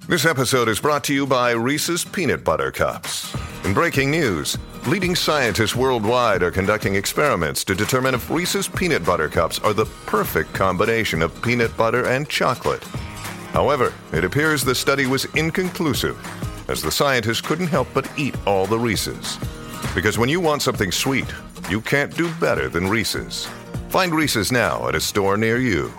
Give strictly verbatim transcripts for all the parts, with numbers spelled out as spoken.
This episode is brought to you by Reese's Peanut Butter Cups. In breaking news, leading scientists worldwide are conducting experiments to determine if Reese's Peanut Butter Cups are the perfect combination of peanut butter and chocolate. However, it appears the study was inconclusive, as the scientists couldn't help but eat all the Reese's. Because when you want something sweet, you can't do better than Reese's. Find Reese's now at a store near you.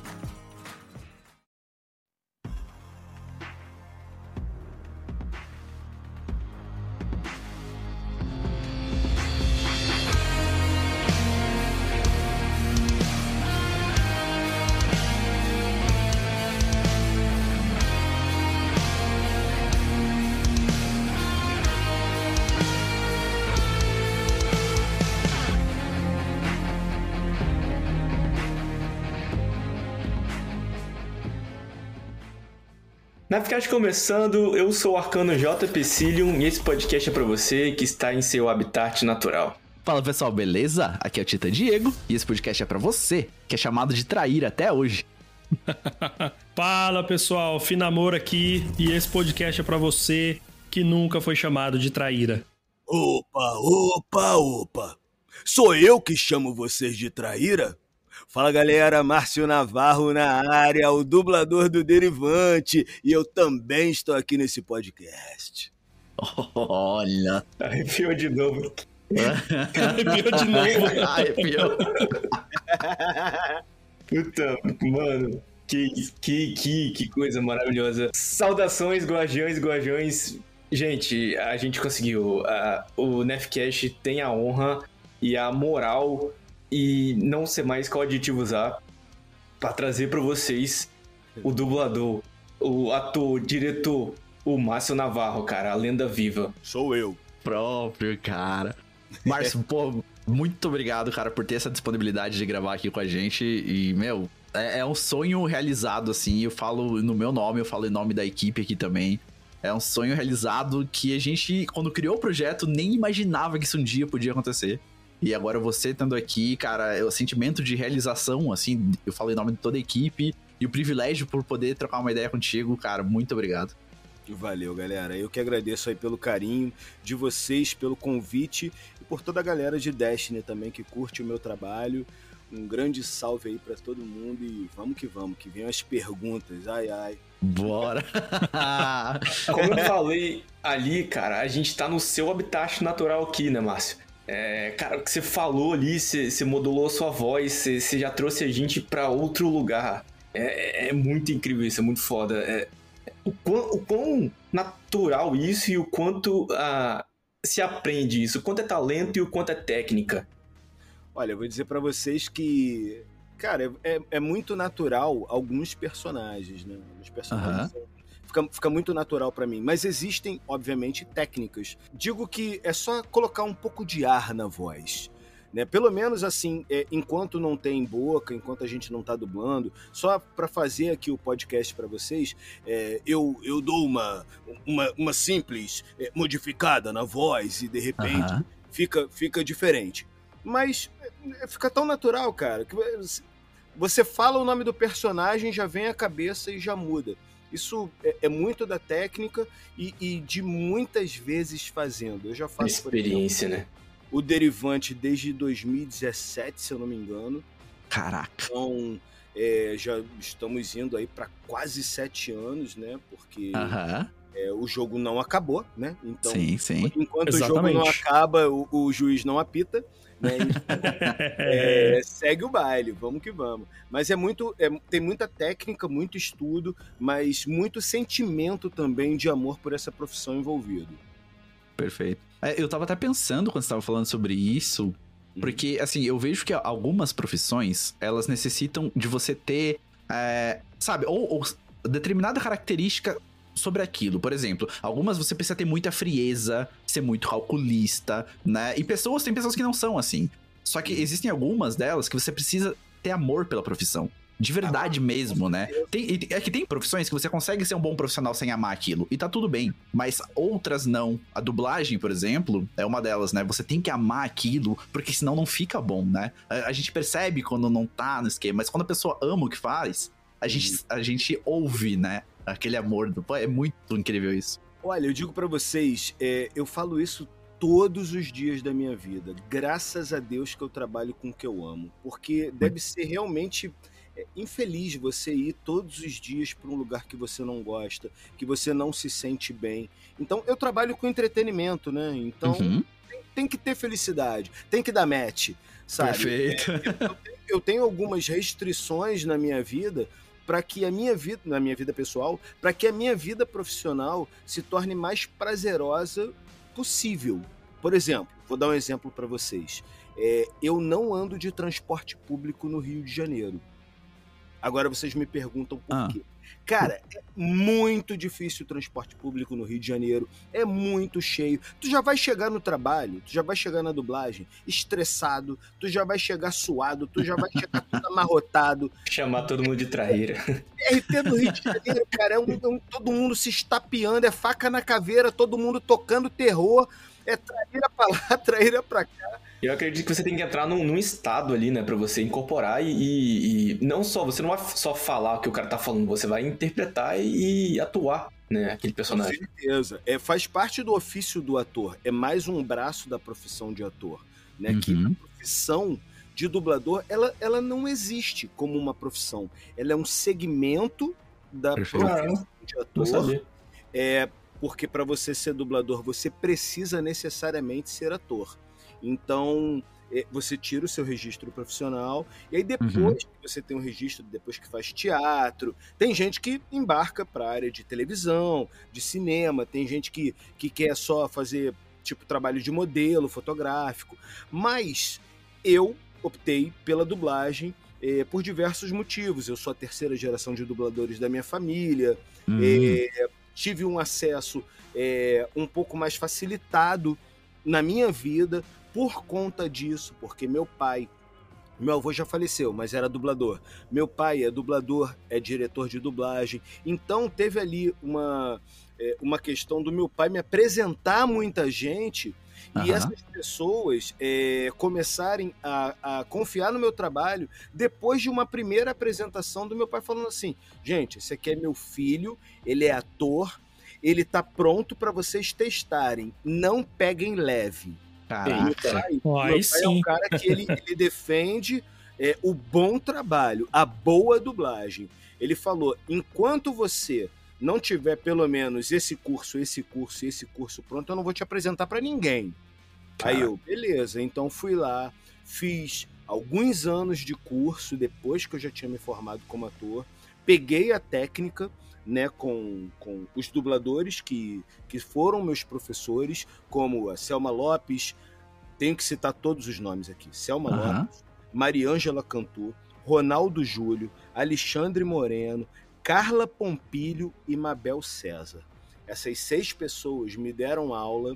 Nefcast começando, eu sou o Arcano J. Psyllium e esse podcast é pra você que está em seu habitat natural. Fala pessoal, beleza? Aqui é o Tita Diego e esse podcast é pra você, que é chamado de traíra até hoje. Fala pessoal, Finamor aqui e esse podcast é pra você que nunca foi chamado de traíra. Opa, opa, opa! Sou eu que chamo vocês de traíra? Fala galera, Márcio Navarro na área, o dublador do Derivante, e eu também estou aqui nesse podcast. Olha! Arrepiou de novo. Arrepiou de novo. Arrepiou. Puta, mano, que, que, que, que coisa maravilhosa. Saudações, guardiões e guardiões. Gente, a gente conseguiu. Uh, o Nefcast tem a honra e a moral... E não sei mais qual adjetivo usar pra trazer pra vocês o dublador, o ator, o diretor, o Márcio Navarro, cara, a lenda viva. Sou eu. Próprio, cara. Márcio, pô, muito obrigado, cara, por ter essa disponibilidade de gravar aqui com a gente. E, meu, é, é um sonho realizado, assim. Eu falo no meu nome, eu falo em nome da equipe aqui também. É um sonho realizado que a gente, quando criou o projeto, nem imaginava que isso um dia podia acontecer. E agora você estando aqui, cara, é o sentimento de realização, assim, eu falo em nome de toda a equipe, e o privilégio por poder trocar uma ideia contigo, cara, muito obrigado. Valeu, galera. Eu que agradeço aí pelo carinho de vocês, pelo convite, e por toda a galera de Destiny também que curte o meu trabalho. Um grande salve aí pra todo mundo e vamos que vamos, que venham as perguntas, ai, ai. Bora! Como eu falei ali, cara, a gente tá no seu habitat natural aqui, né, Márcio? É, cara, o que você falou ali, você, você modulou a sua voz, você, você já trouxe a gente pra outro lugar. É, é muito incrível isso, é muito foda. É, o, quão, o quão natural isso e o quanto uh, se aprende isso, o quanto é talento e o quanto é técnica. Olha, eu vou dizer pra vocês que, cara, é, é muito natural alguns personagens, né? Os personagens Uhum. são... Fica, fica muito natural pra mim, mas existem, obviamente, técnicas. Digo que é só colocar um pouco de ar na voz, né? Pelo menos assim, é, enquanto não tem boca, enquanto a gente não tá dublando, só pra fazer aqui o podcast pra vocês, é, eu, eu dou uma, uma, uma simples é, modificada na voz e de repente Uhum. fica, fica diferente. Mas é, fica tão natural, cara, que você fala o nome do personagem, já vem à cabeça e já muda. Isso é, é muito da técnica e, e de muitas vezes fazendo. Eu já faço experiência, exemplo, né? O Derivante desde dois mil e dezessete, se eu não me engano. Caraca. Então, é, já estamos indo aí para quase sete anos, né? Porque Aham. é, o jogo não acabou, né? Então, Sim, sim. enquanto Exatamente. o jogo não acaba, o, o juiz não apita. Né? É, segue o baile, vamos que vamos. Mas é muito, é, tem muita técnica, muito estudo, mas muito sentimento também de amor por essa profissão envolvido. Perfeito. É, eu tava até pensando quando você tava falando sobre isso, porque, assim, eu vejo que algumas profissões, elas necessitam de você ter, é, sabe, ou, ou determinada característica sobre aquilo. Por exemplo, algumas você precisa ter muita frieza, ser muito calculista, né? E pessoas, tem pessoas que não são assim. Só que existem algumas delas que você precisa ter amor pela profissão. De verdade ah, mesmo, né? Tem, é que tem profissões que você consegue ser um bom profissional sem amar aquilo, e tá tudo bem. Mas outras não. A dublagem, por exemplo, é uma delas, né? Você tem que amar aquilo, porque senão não fica bom, né? A, a gente percebe quando não tá no esquema, mas quando a pessoa ama o que faz, a gente, a gente ouve, né? aquele amor do... Pô, é muito incrível isso. Olha, eu digo pra vocês, é, eu falo isso todos os dias da minha vida. Graças a Deus que eu trabalho com o que eu amo. Porque deve ser realmente é, infeliz você ir todos os dias para um lugar que você não gosta, que você não se sente bem. Então, eu trabalho com entretenimento, né? Então, Uhum. tem, tem que ter felicidade, tem que dar match, sabe? Perfeito. É, eu, eu tenho, eu tenho algumas restrições na minha vida para que a minha vida, na minha vida pessoal, para que a minha vida profissional se torne mais prazerosa possível. Por exemplo, vou dar um exemplo para vocês. É, eu não ando de transporte público no Rio de Janeiro. Agora vocês me perguntam por Ah. quê. Cara, é muito difícil o transporte público no Rio de Janeiro. É muito cheio. Tu já vai chegar no trabalho, tu já vai chegar na dublagem estressado, tu já vai chegar suado, tu já vai chegar tudo amarrotado. Chamar todo mundo de traíra. R P do Rio de Janeiro, cara, é um, é um- todo mundo se estapeando, é faca na caveira, todo mundo tocando terror, é traíra pra lá, traíra pra cá. Eu acredito que você tem que entrar num, num estado ali, né, pra você incorporar e, e- e não só, você não vai só falar o que o cara tá falando, você vai interpretar e, e atuar, né, aquele Com personagem. certeza. É, faz parte do ofício do ator, é mais um braço da profissão de ator, né? Que Uhum. a profissão de dublador, ela, ela não existe como uma profissão. Ela é um segmento da Perfeito. profissão de Não ator. sabia. É porque para você ser dublador, você precisa necessariamente ser ator. Então, é, você tira o seu registro profissional, e aí depois Uhum. que você tem um registro, depois que faz teatro, tem gente que embarca para a área de televisão, de cinema, tem gente que, que quer só fazer tipo trabalho de modelo fotográfico, mas eu optei pela dublagem é, por diversos motivos. Eu sou a terceira geração de dubladores da minha família, Uhum. é, tive um acesso é, um pouco mais facilitado na minha vida por conta disso, porque meu pai, meu avô já faleceu, mas era dublador. Meu pai é dublador, é diretor de dublagem. Então teve ali uma, é, uma questão do meu pai me apresentar muita gente e Aham. essas pessoas é, começarem a, a confiar no meu trabalho depois de uma primeira apresentação do meu pai falando assim: gente, esse aqui é meu filho, ele é ator, ele tá pronto para vocês testarem, não peguem leve. Meu Caraca. pai, Ó, meu aí pai é sim. um cara que ele, ele defende é, o bom trabalho, a boa dublagem. Ele falou, enquanto você não tiver pelo menos esse curso, esse curso e esse curso pronto, eu não vou te apresentar para ninguém. Cara. Aí eu, beleza, então fui lá, fiz alguns anos de curso depois que eu já tinha me formado como ator, peguei a técnica, né, com, com os dubladores que, que foram meus professores, como a Selma Lopes, tenho que citar todos os nomes aqui, Selma Aham. Lopes, Mariângela Cantu, Ronaldo Júlio, Alexandre Moreno, Carla Pompilho e Mabel César. Essas seis pessoas me deram aula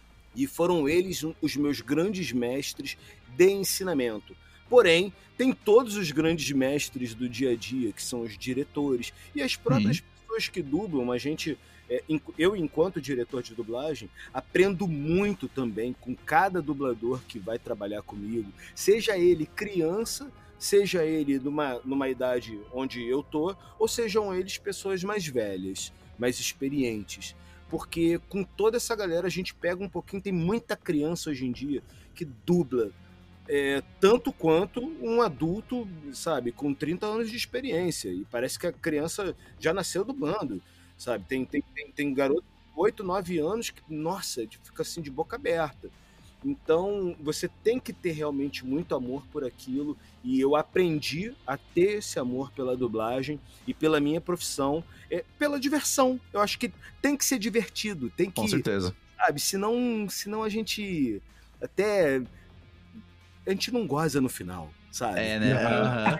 e foram eles os meus grandes mestres de ensinamento. Porém, tem todos os grandes mestres do dia a dia, que são os diretores, e as próprias pessoas que dublam. A gente, é, eu, enquanto diretor de dublagem, aprendo muito também com cada dublador que vai trabalhar comigo, seja ele criança, seja ele numa, numa idade onde eu tô, ou sejam eles pessoas mais velhas, mais experientes. Porque com toda essa galera a gente pega um pouquinho, tem muita criança hoje em dia que dubla é, tanto quanto um adulto, sabe, com trinta anos de experiência, e parece que a criança já nasceu dublando, sabe, tem, tem, tem, tem garoto de oito, nove anos que, nossa, fica assim de boca aberta. Então você tem que ter realmente muito amor por aquilo, e eu aprendi a ter esse amor pela dublagem e pela minha profissão, é, pela diversão. Eu acho que tem que ser divertido, tem que, Com certeza. sabe, senão, senão a gente até a gente não goza no final, sabe? É, né? Aham.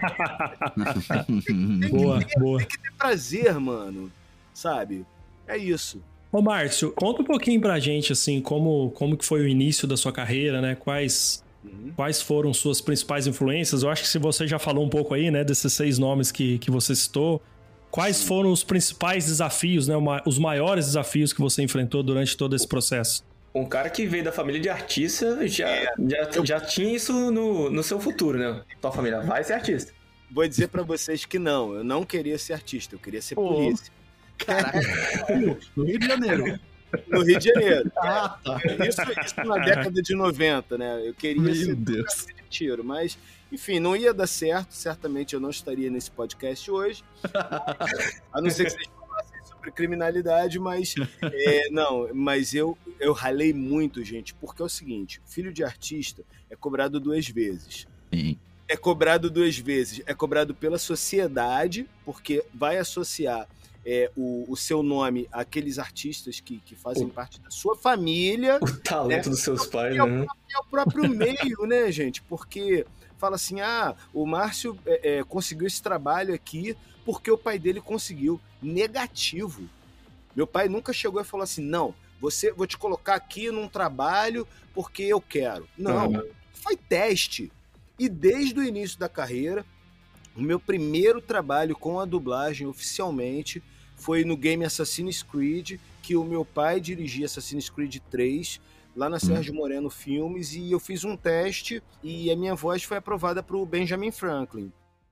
Tem Boa, que ter, boa. tem que ter prazer, mano, sabe? É isso. Ô, Márcio, conta um pouquinho pra gente, assim, como, como que foi o início da sua carreira, né? Quais, Uhum. quais foram suas principais influências? Eu acho que se você já falou um pouco aí, né, desses seis nomes que, que você citou, quais foram os principais desafios, né, os maiores desafios que você enfrentou durante todo esse processo? Um cara que veio da família de artista já, É, já, eu- já tinha isso no, no seu futuro, né? Tua família vai ser artista. Vou dizer pra vocês que não, eu não queria ser artista, eu queria ser Pô. polícia. Caraca. No Rio de Janeiro. No Rio de Janeiro. Ah, tá. Isso, isso na década de noventa, né? Eu queria Meu ser Deus. de tiro, mas, enfim, não ia dar certo. Certamente eu não estaria nesse podcast hoje. A não ser que vocês falassem sobre criminalidade, mas é, não, mas eu, eu ralei muito, gente, porque é o seguinte: filho de artista é cobrado duas vezes. Sim. É cobrado duas vezes. É cobrado pela sociedade, porque vai associar É, o, o seu nome àqueles artistas que, que fazem o, parte da sua família. O talento né? dos seus pais, é, né? o, é o próprio meio, né, gente? Porque fala assim, ah, o Márcio é, é, conseguiu esse trabalho aqui porque o pai dele conseguiu. Negativo. Meu pai nunca chegou e falou assim, não, você, vou te colocar aqui num trabalho porque eu quero. Não, uhum. Foi teste. E desde o início da carreira, o meu primeiro trabalho com a dublagem oficialmente foi no game Assassin's Creed, que o meu pai dirigia Assassin's Creed três, lá na Sérgio Moreno Filmes, e eu fiz um teste e a minha voz foi aprovada para o Benjamin Franklin.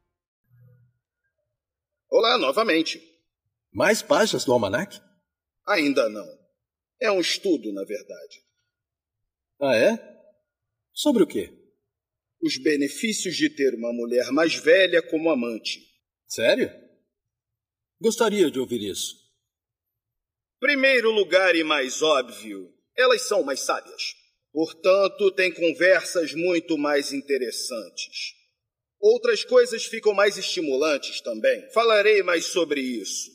Olá, novamente. Mais páginas do Almanac? Ainda não. É um estudo, na verdade. Ah, é? Sobre o quê? Os benefícios de ter uma mulher mais velha como amante. Sério? Gostaria de ouvir isso. Primeiro lugar e mais óbvio, elas são mais sábias. Portanto, têm conversas muito mais interessantes. Outras coisas ficam mais estimulantes também. Falarei mais sobre isso.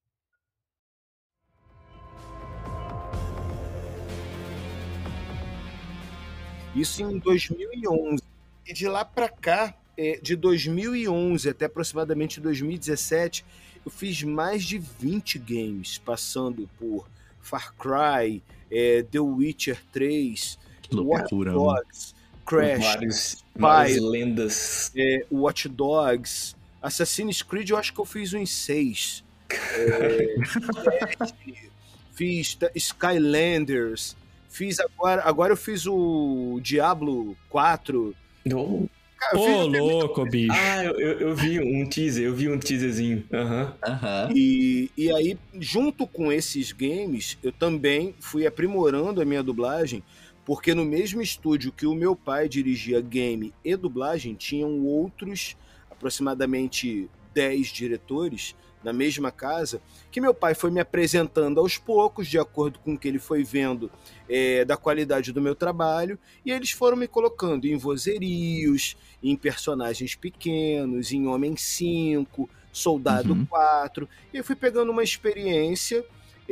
Isso em dois mil e onze. E de lá para cá, de dois mil e onze até aproximadamente dois mil e dezessete, eu fiz mais de vinte games, passando por Far Cry, é, The Witcher três, Watch Dogs, Crash, vários, várias lendas. É, Watch Dogs, Assassin's Creed, eu acho que eu fiz uns seis. É, fiz Skylanders, fiz agora, agora eu fiz o Diablo quatro. Oh. Ô, oh, louco, bicho. Ah, eu, eu, eu vi um teaser, eu vi um teaserzinho. Uhum. Uhum. E, e aí, junto com esses games, eu também fui aprimorando a minha dublagem, porque no mesmo estúdio que o meu pai dirigia game e dublagem, tinham outros, aproximadamente dez diretores, na mesma casa, que meu pai foi me apresentando aos poucos, de acordo com o que ele foi vendo é, da qualidade do meu trabalho, e eles foram me colocando em vozerios, em personagens pequenos, em Homem cinco, Soldado uhum. quatro, e eu fui pegando uma experiência,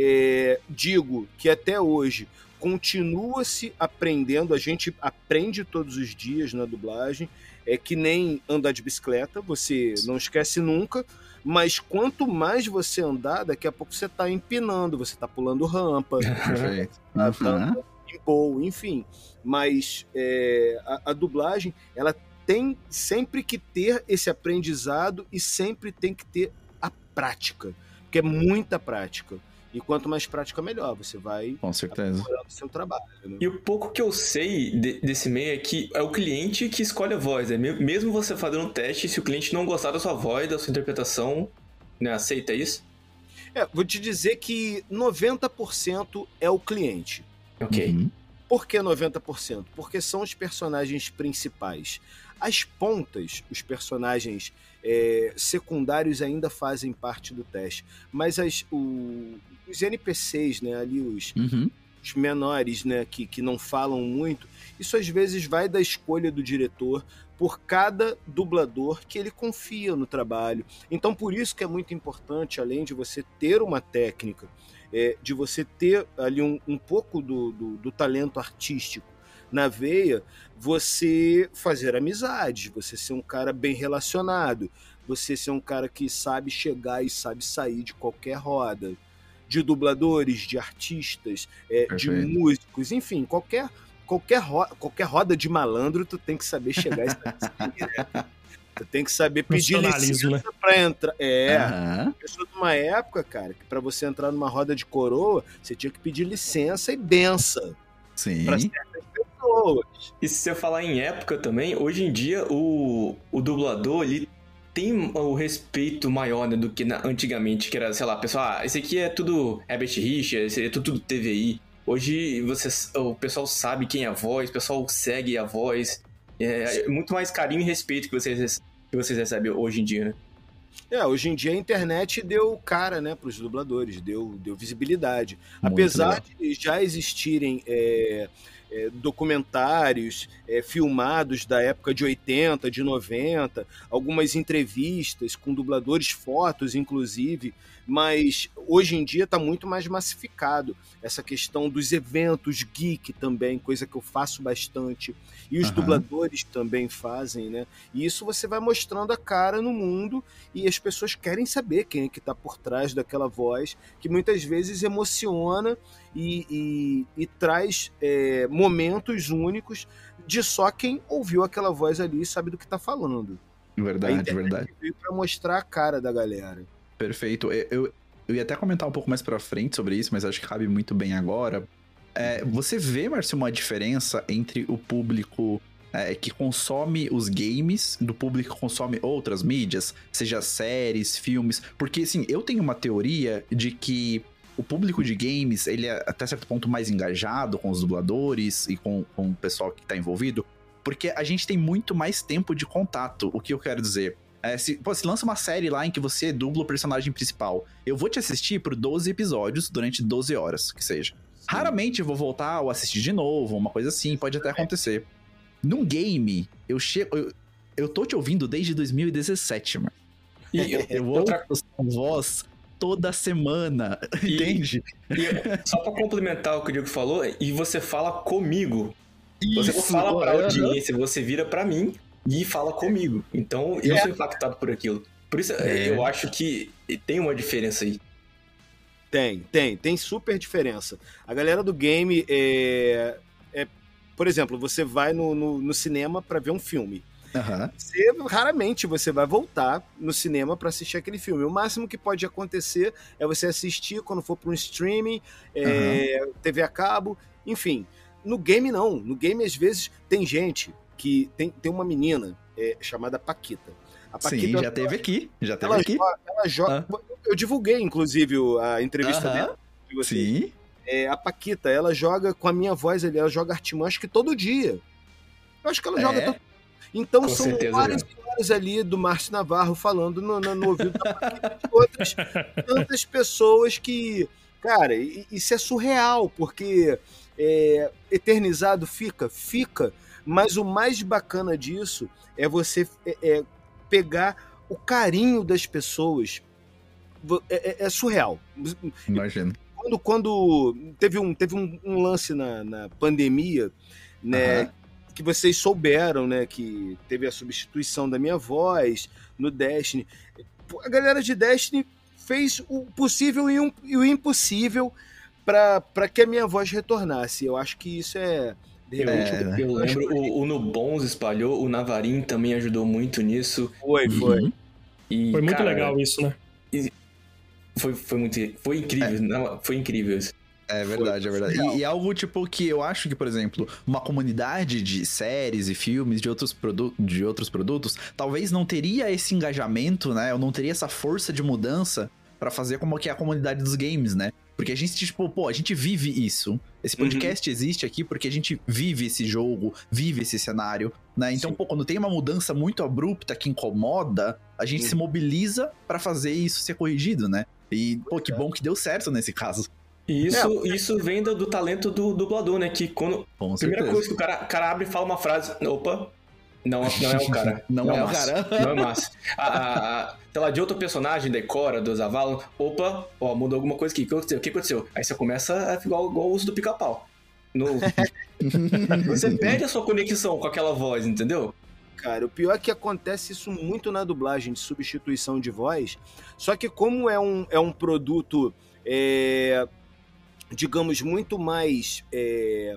é, digo que até hoje continua-se aprendendo, a gente aprende todos os dias na dublagem, é que nem andar de bicicleta, você não esquece nunca, mas quanto mais você andar, daqui a pouco você está empinando, você está pulando rampa, tá, tá em boa, enfim. Mas é, a, a dublagem, ela tem sempre que ter esse aprendizado e sempre tem que ter a prática, porque é muita prática. E quanto mais prática, melhor. Você vai com certeza aprimorando o seu trabalho. Né? E o pouco que eu sei de, desse meio é que é o cliente que escolhe a voz. Né? Mesmo você fazendo um teste, se o cliente não gostar da sua voz, da sua interpretação, né, aceita isso? É, vou te dizer que noventa por cento é o cliente. Ok. Uhum. Por que noventa por cento? Porque são os personagens principais. As pontas, os personagens é, secundários ainda fazem parte do teste. Mas as, o, os N P Cs, né, ali os, uhum. os menores, né, que, que não falam muito, isso às vezes vai da escolha do diretor por cada dublador que ele confia no trabalho. Então, por isso que é muito importante, além de você ter uma técnica, é, de você ter ali um, um pouco do, do, do talento artístico na veia, você fazer amizades, você ser um cara bem relacionado, você ser um cara que sabe chegar e sabe sair de qualquer roda, de dubladores, de artistas, é, de músicos, enfim, qualquer, qualquer, roda, qualquer roda de malandro tu tem que saber chegar e saber sair, né? Tu tem que saber pedir licença, né, pra entrar. É, uhum. Eu sou de uma época, cara, que pra você entrar numa roda de coroa, você tinha que pedir licença e benção. Sim. Pra certas pessoas. E se você falar em época também, hoje em dia o, o dublador, ele tem o respeito maior, né, do que na, antigamente, que era, sei lá, pessoal, ah, esse aqui é tudo Herbert Richards, esse aqui é tudo, tudo T V I. Hoje você, o pessoal sabe quem é a voz, o pessoal segue a voz. É, é muito mais carinho e respeito que vocês, que vocês recebem hoje em dia, né? É, hoje em dia a internet deu cara, né, para os dubladores, deu, deu visibilidade. Muito Apesar legal. de já existirem é, é, documentários é, filmados da época de oitenta, de noventa, algumas entrevistas com dubladores, fotos inclusive, mas hoje em dia está muito mais massificado. Essa questão dos eventos geek também, coisa que eu faço bastante, e os Aham. dubladores também fazem, né? E isso você vai mostrando a cara no mundo e as pessoas querem saber quem é que está por trás daquela voz, que muitas vezes emociona e, e, e traz é, momentos únicos de só quem ouviu aquela voz ali e sabe do que está falando. A Verdade, internet verdade. veio para mostrar a cara da galera. Perfeito. Eu, eu, eu ia até comentar um pouco mais pra frente sobre isso, mas acho que cabe muito bem agora. É, você vê, Márcio, uma diferença entre o público é, que consome os games do público que consome outras mídias, seja séries, filmes? Porque, assim, eu tenho uma teoria de que o público de games, ele é até certo ponto mais engajado com os dubladores e com, com o pessoal que tá envolvido, porque a gente tem muito mais tempo de contato. O que eu quero dizer? É, se, pô, se lança uma série lá em que você dubla o personagem principal, eu vou te assistir por doze episódios durante doze horas, que seja. Raramente eu vou voltar ou assistir de novo, uma coisa assim, pode até acontecer. Num game, eu chego. Eu, eu tô te ouvindo desde dois mil e dezessete, mano. E Eu outra ouço sua voz toda semana, E- entende? E só pra complementar o que o Diego falou, e você fala comigo. Você não Isso, fala pra aham. audiência, você vira pra mim e fala comigo. Então eu É. sou impactado por aquilo. Por isso É. eu acho que tem uma diferença aí. Tem, tem, tem super diferença. A galera do game é. é por exemplo, você vai no, no, no cinema para ver um filme. Aham. Você, raramente você vai voltar no cinema para assistir aquele filme. O máximo que pode acontecer é você assistir quando for para um streaming, é, T V a cabo, enfim. No game, não. No game, às vezes, tem gente que. Tem, tem uma menina é, chamada Paquita. A Sim, já teve aqui. Já teve ela aqui. joga, ela joga. Eu divulguei, inclusive, a entrevista Aham. dela. De você. Sim. É, a Paquita, ela joga com a minha voz ali, ela joga Artimanha, acho que todo dia. Eu acho que ela É? joga todo... Então Com são certeza, várias horas ali do Márcio Navarro falando no, no, no ouvido da Paquita e outras tantas pessoas que... Cara, i- isso é surreal, porque é, eternizado fica, fica, mas o mais bacana disso é você é, é, pegar o carinho das pessoas. Vo- É, é- é surreal. Imagino. Quando, quando teve um, teve um, um lance na, na pandemia, né, Aham. que vocês souberam, né, que teve a substituição da minha voz no Destiny. A galera de Destiny fez o possível e, um- e o impossível para que a minha voz retornasse. Eu acho que isso é... De Eu, repente, É, né? eu lembro, o, o Nubons espalhou, o Navarin também ajudou muito nisso. foi, foi. Uhum. E, Foi muito cara, legal isso, né? Foi, foi, muito, foi incrível, não, foi incrível isso. É verdade, é verdade. E, e algo tipo que eu acho que, por exemplo, uma comunidade de séries e filmes de outros, produ de outros produtos talvez não teria esse engajamento, né? Ou não teria essa força de mudança pra fazer como que é a comunidade dos games, né? Porque a gente, tipo, pô, a gente vive isso. Esse podcast existe aqui porque a gente vive esse jogo, vive esse cenário, né? Então, Sim. pô, quando tem uma mudança muito abrupta que incomoda, a gente Sim. se mobiliza pra fazer isso ser corrigido, né? E, pô, que bom que deu certo nesse caso. E isso, isso vem do, do talento do dublador, né? Que quando. Com A primeira certeza. coisa que o cara, cara abre e fala uma frase. Opa, não, não é o cara. Não é o Márcio, cara. Não é o Márcio. A, a, a, sei lá, de outro personagem, decora, do Zavalon. Opa, ó, mudou alguma coisa aqui. O que aconteceu? O que aconteceu? Aí você começa a ficar igual, igual o uso do pica-pau. No... Você perde a sua conexão com aquela voz, entendeu? Cara, o pior é que acontece isso muito na dublagem de substituição de voz, só que como é um, é um produto, é, digamos, muito mais... É,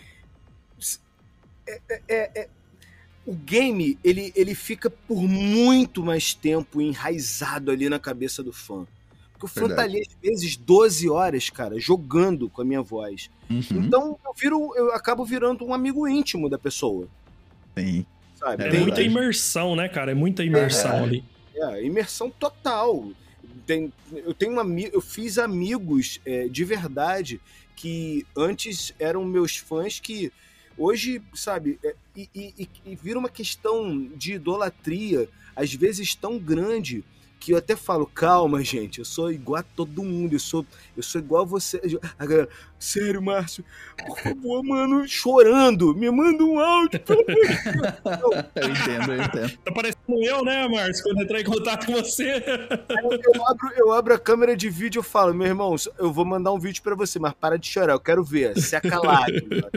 é, é, é, o game, ele, ele fica por muito mais tempo enraizado ali na cabeça do fã. Porque o fã Verdade. tá ali, às vezes, doze horas, cara, jogando com a minha voz. Uhum. Então, eu, viro, eu acabo virando um amigo íntimo da pessoa, Sim. sabe? É É Tem- muita verdade. imersão, né, cara? É muita imersão É. ali. É, imersão total. Tem, eu tenho um ami- eu fiz amigos é, de verdade que antes eram meus fãs que hoje, sabe, é, e, e, e vira uma questão de idolatria, às vezes tão grande, que eu até falo, calma, gente, eu sou igual a todo mundo, eu sou, eu sou igual a você. A galera, sério, Márcio, por favor, mano, chorando, me manda um áudio, pelo amor de Deus. Eu entendo, eu entendo. Tá parecendo eu, né, Márcio, quando eu entrei em contato com você. Eu abro, eu abro a câmera de vídeo e falo, meu irmão, eu vou mandar um vídeo pra você, mas para de chorar, eu quero ver, seca lágrima.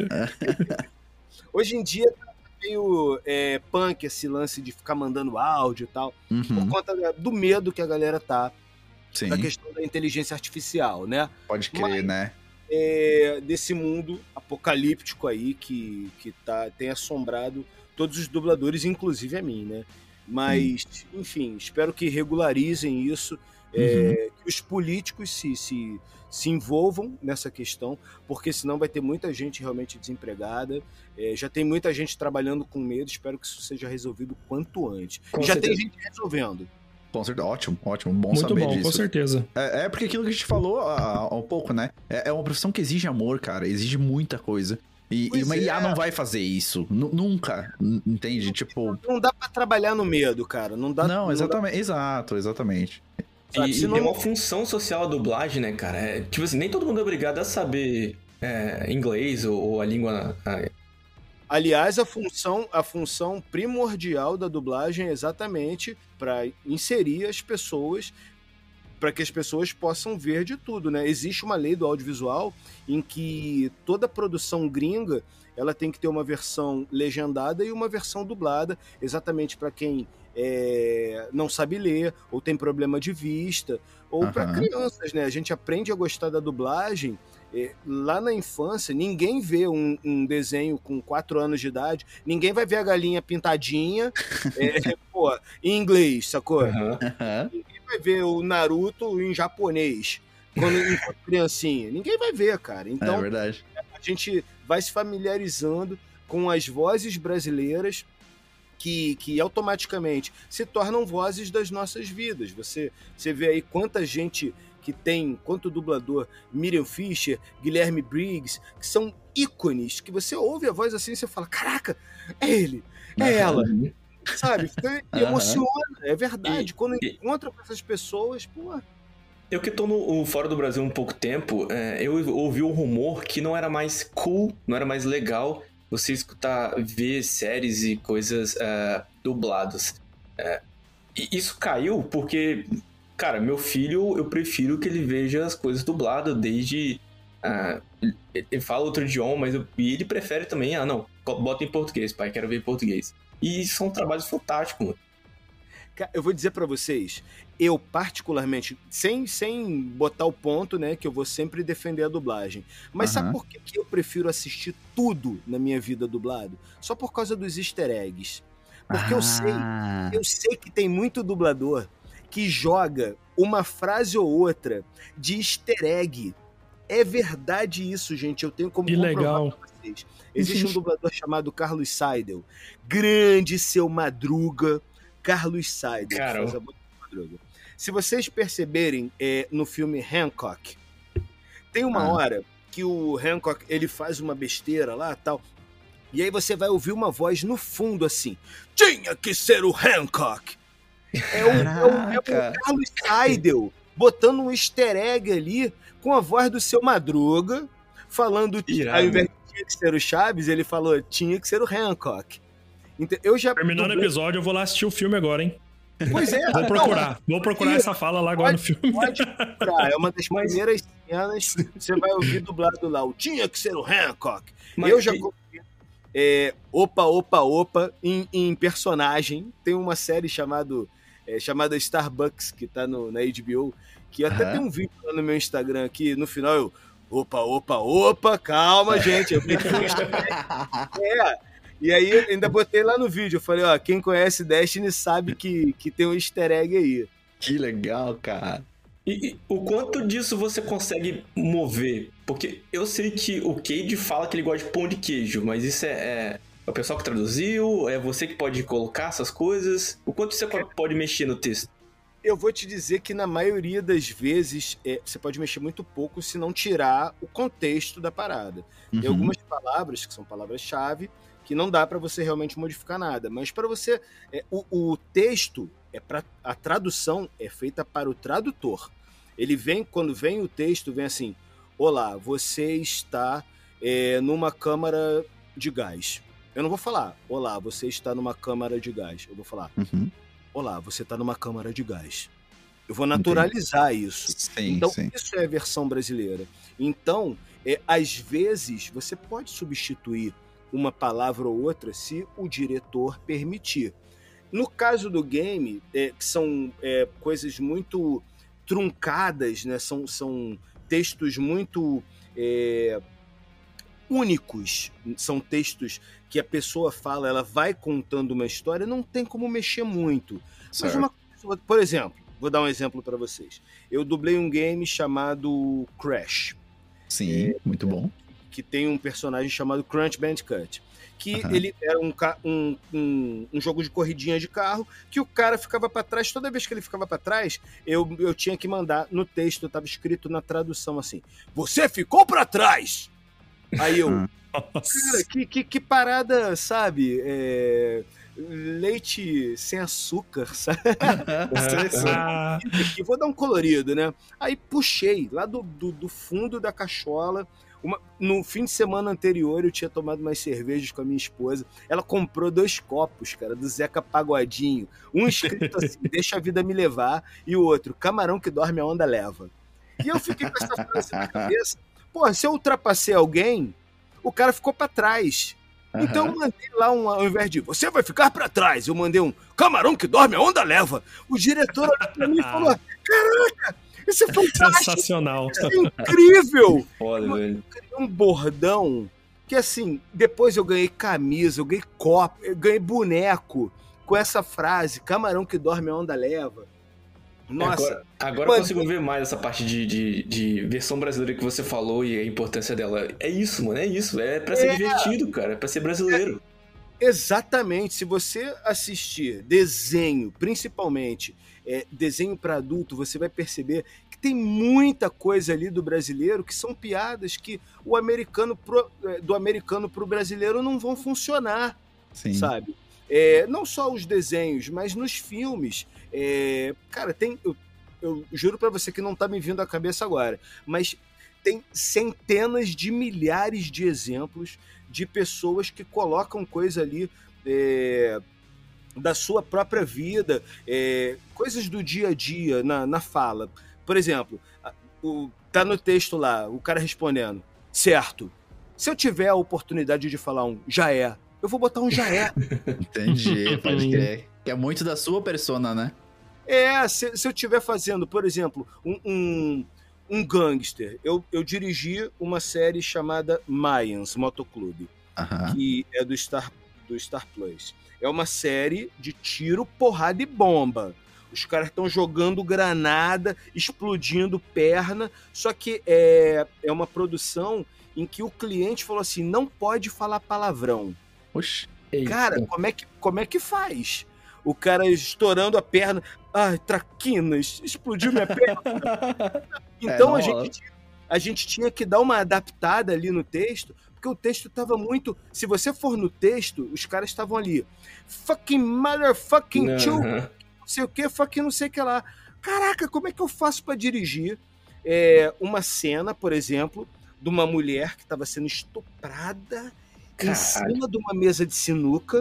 Hoje em dia tá meio é, punk esse lance de ficar mandando áudio e tal, Uhum. por conta do medo que a galera tá Sim, da questão da inteligência artificial, né? pode crer, Mas- né? É, desse mundo apocalíptico aí que, que tá, tem assombrado todos os dubladores, inclusive a mim, né? Mas, enfim, espero que regularizem isso, é, que os políticos se, se, se envolvam nessa questão, porque senão vai ter muita gente realmente desempregada, é, já tem muita gente trabalhando com medo, espero que isso seja resolvido o quanto antes. Com E já certeza. tem gente resolvendo. Com certeza, ótimo, ótimo, bom Muito saber bom, disso. com certeza. É, é porque aquilo que a gente falou há, há um pouco, né? É, é uma profissão que exige amor, cara, exige muita coisa. E, Pois e uma é. I A não vai fazer isso, Nu- nunca, n- entende? Tipo, Não dá pra trabalhar no medo, cara. Não dá. não, dá- exatamente, exato, exatamente. Sabe, E, se e não- tem uma função social a dublagem, né, cara? É, tipo assim, nem todo mundo é obrigado a saber é, inglês ou, ou a língua. a- Aliás, a função, a função primordial da dublagem é exatamente para inserir as pessoas, para que as pessoas possam ver de tudo, né? Existe uma lei do audiovisual em que toda produção gringa ela tem que ter uma versão legendada e uma versão dublada, exatamente para quem é, não sabe ler ou tem problema de vista, ou para Aham. crianças, né? A gente aprende a gostar da dublagem. É, lá na infância, ninguém vê um, um desenho com quatro anos de idade, ninguém vai ver a galinha pintadinha é, pô, em inglês, sacou? Aham. Aham. Ninguém vai ver o Naruto em japonês, quando enquanto criancinha. Ninguém vai ver, cara. É Então, verdade. a gente vai se familiarizando com as vozes brasileiras que, que automaticamente se tornam vozes das nossas vidas. Você, você vê aí quanta gente que tem, quanto dublador, Miriam Fischer, Guilherme Briggs, que são ícones, que você ouve a voz assim e você fala, caraca, é ele, é ela, sabe? Fica, Aham. emociona, é verdade. E- Quando e- encontra com essas pessoas, pô... Eu que tô no, fora do Brasil um pouco tempo, é, eu ouvi o rumor que não era mais cool, não era mais legal você escutar, ver séries e coisas é, dubladas. É, e isso caiu porque, cara, meu filho, eu prefiro que ele veja as coisas dubladas desde... ah, ele fala outro idioma, mas eu- e ele prefere também, ah não, bota em português, pai, quero ver em português. E são trabalhos fantásticos, mano. Ca- Eu vou dizer pra vocês, eu particularmente, sem, sem botar o ponto, né, que eu vou sempre defender a dublagem. Mas sabe Aham. por que, que eu prefiro assistir tudo na minha vida dublado? Só por causa dos easter eggs. Porque eu sei, Ah, eu sei que tem muito dublador que joga uma frase ou outra de easter egg. É verdade isso, gente. Eu tenho como Que comprovar legal. pra vocês. Existe um dublador chamado Carlos Seidel. Grande seu Madruga, Carlos Seidel. que Cara, faz a voz do Madruga. Se vocês perceberem é, no filme Hancock, tem uma Ah. hora que o Hancock ele faz uma besteira lá tal. E aí você vai ouvir uma voz no fundo assim: tinha que ser o Hancock. É o, é o, é o Caraca. Carlos Seidel botando um easter egg ali com a voz do seu Madruga, falando, Irado. ao invés de tinha que ser o Chaves, ele falou tinha que ser o Hancock. Então, eu já Terminando o dublei- episódio, eu vou lá assistir o filme agora, hein? Pois é, Vou não, procurar. Vou procurar Ih, essa fala lá agora no filme. Pode procurar, é uma das Mas- primeiras cenas. Você vai ouvir dublado lá. O tinha que ser o Hancock. Mas eu já e- coloquei é, Opa, Opa, Opa em, em personagem. Tem uma série chamado, é, chamada Starbucks, que tá no, na H B O, que até Aham. tem um vídeo lá no meu Instagram aqui. No final eu. Opa, opa, opa, calma, gente. Eu meti um easter egg. É. E aí eu ainda botei lá no vídeo. Eu falei, ó, quem conhece Destiny sabe que, que tem um easter egg aí. que legal, cara. E, e o quanto disso você consegue mover? Porque eu sei que o Cade fala que ele gosta de pão de queijo, mas isso é, é, É o pessoal que traduziu? É você que pode colocar essas coisas? O quanto você pode mexer no texto? Eu vou te dizer que na maioria das vezes é, você pode mexer muito pouco se não tirar o contexto da parada. Uhum. Tem algumas palavras que são palavras-chave que não dá para você realmente modificar nada. Mas para você, é, o, o texto é para a tradução é feita para o tradutor. Ele vem quando vem o texto vem assim: olá, você está é, numa câmara de gás. Eu não vou falar: olá, você está numa câmara de gás. Eu vou falar: Uhum. olá, você está numa câmara de gás. Eu vou naturalizar Entendi. isso. Sim, então, sim. isso é a versão brasileira. Então, é, às vezes, você pode substituir uma palavra ou outra se o diretor permitir. No caso do game, é, que são é, coisas muito truncadas, né? são, são textos muito é, únicos, são textos que a pessoa fala, ela vai contando uma história, não tem como mexer muito. Mas uma coisa, por exemplo, vou dar um exemplo para vocês. Eu dublei um game chamado Crash. Sim, é, muito bom. Que tem um personagem chamado Crunch Bandicoot. Que uhum. ele era um, um, um, um jogo de corridinha de carro, que o cara ficava para trás, toda vez que ele ficava para trás, eu, eu tinha que mandar no texto, estava escrito na tradução assim: você ficou para trás! Aí eu, cara, que, que, que parada, sabe? É, leite sem açúcar, sabe? E vou dar um colorido, né? Aí puxei lá do, do, do fundo da cachola. Uma, no fim de semana anterior eu tinha tomado umas cervejas com a minha esposa. Ela comprou dois copos, cara, do Zeca Pagodinho. Um escrito assim: deixa a vida me levar, e o outro: camarão que dorme a onda leva. E eu fiquei com essa frase na cabeça. Pô, se eu ultrapassei alguém, o cara ficou pra trás. Uhum. Então eu mandei lá, um, ao invés de você vai ficar pra trás, eu mandei um camarão que dorme a onda leva. O diretor olhou pra mim e falou: caraca, isso é fantástico. Sensacional. Isso é incrível. Foda, velho. Um bordão que, assim, depois eu ganhei camisa, eu ganhei copo, eu ganhei boneco com essa frase: camarão que dorme a onda leva. Nossa. Agora, agora eu consigo ver mais essa parte de, de, de versão brasileira que você falou e a importância dela. É isso, mano, é isso. É pra ser é... divertido, cara. É pra ser brasileiro. É... Exatamente. Se você assistir desenho, principalmente é, desenho para adulto, você vai perceber que tem muita coisa ali do brasileiro que são piadas que o americano pro, do americano pro brasileiro não vão funcionar. Sim. Sabe? É, não só os desenhos, mas nos filmes. É, cara, tem. Eu, eu juro pra você que não tá me vindo à cabeça agora, mas tem centenas de milhares de exemplos de pessoas que colocam coisa ali é, da sua própria vida, é, coisas do dia a dia na, na fala. Por exemplo, o, tá no texto lá, o cara respondendo: certo, se eu tiver a oportunidade de falar um já é, eu vou botar um já é. Entendi, pode crer. Que é muito da sua persona, né? É, se, se eu estiver fazendo, por exemplo, um, um, um gangster. Eu, eu dirigi uma série chamada Mayans Motoclube, uh-huh. que é do Star, do Star Plus. É uma série de tiro, porrada e bomba. Os caras estão jogando granada, explodindo perna, só que é, é uma produção em que o cliente falou assim: não pode falar palavrão. Oxi. Cara, como é, que, como é que faz? O cara estourando a perna. Ai, traquinas, explodiu minha perna. Então é, a, gente, a gente tinha que dar uma adaptada ali no texto, porque o texto estava muito... Se você for no texto, os caras estavam ali. Fucking motherfucking uhum. two, não sei o que, fucking não sei o que lá. Caraca, como é que eu faço para dirigir é, uma cena, por exemplo, de uma mulher que estava sendo estuprada Caralho. em cima de uma mesa de sinuca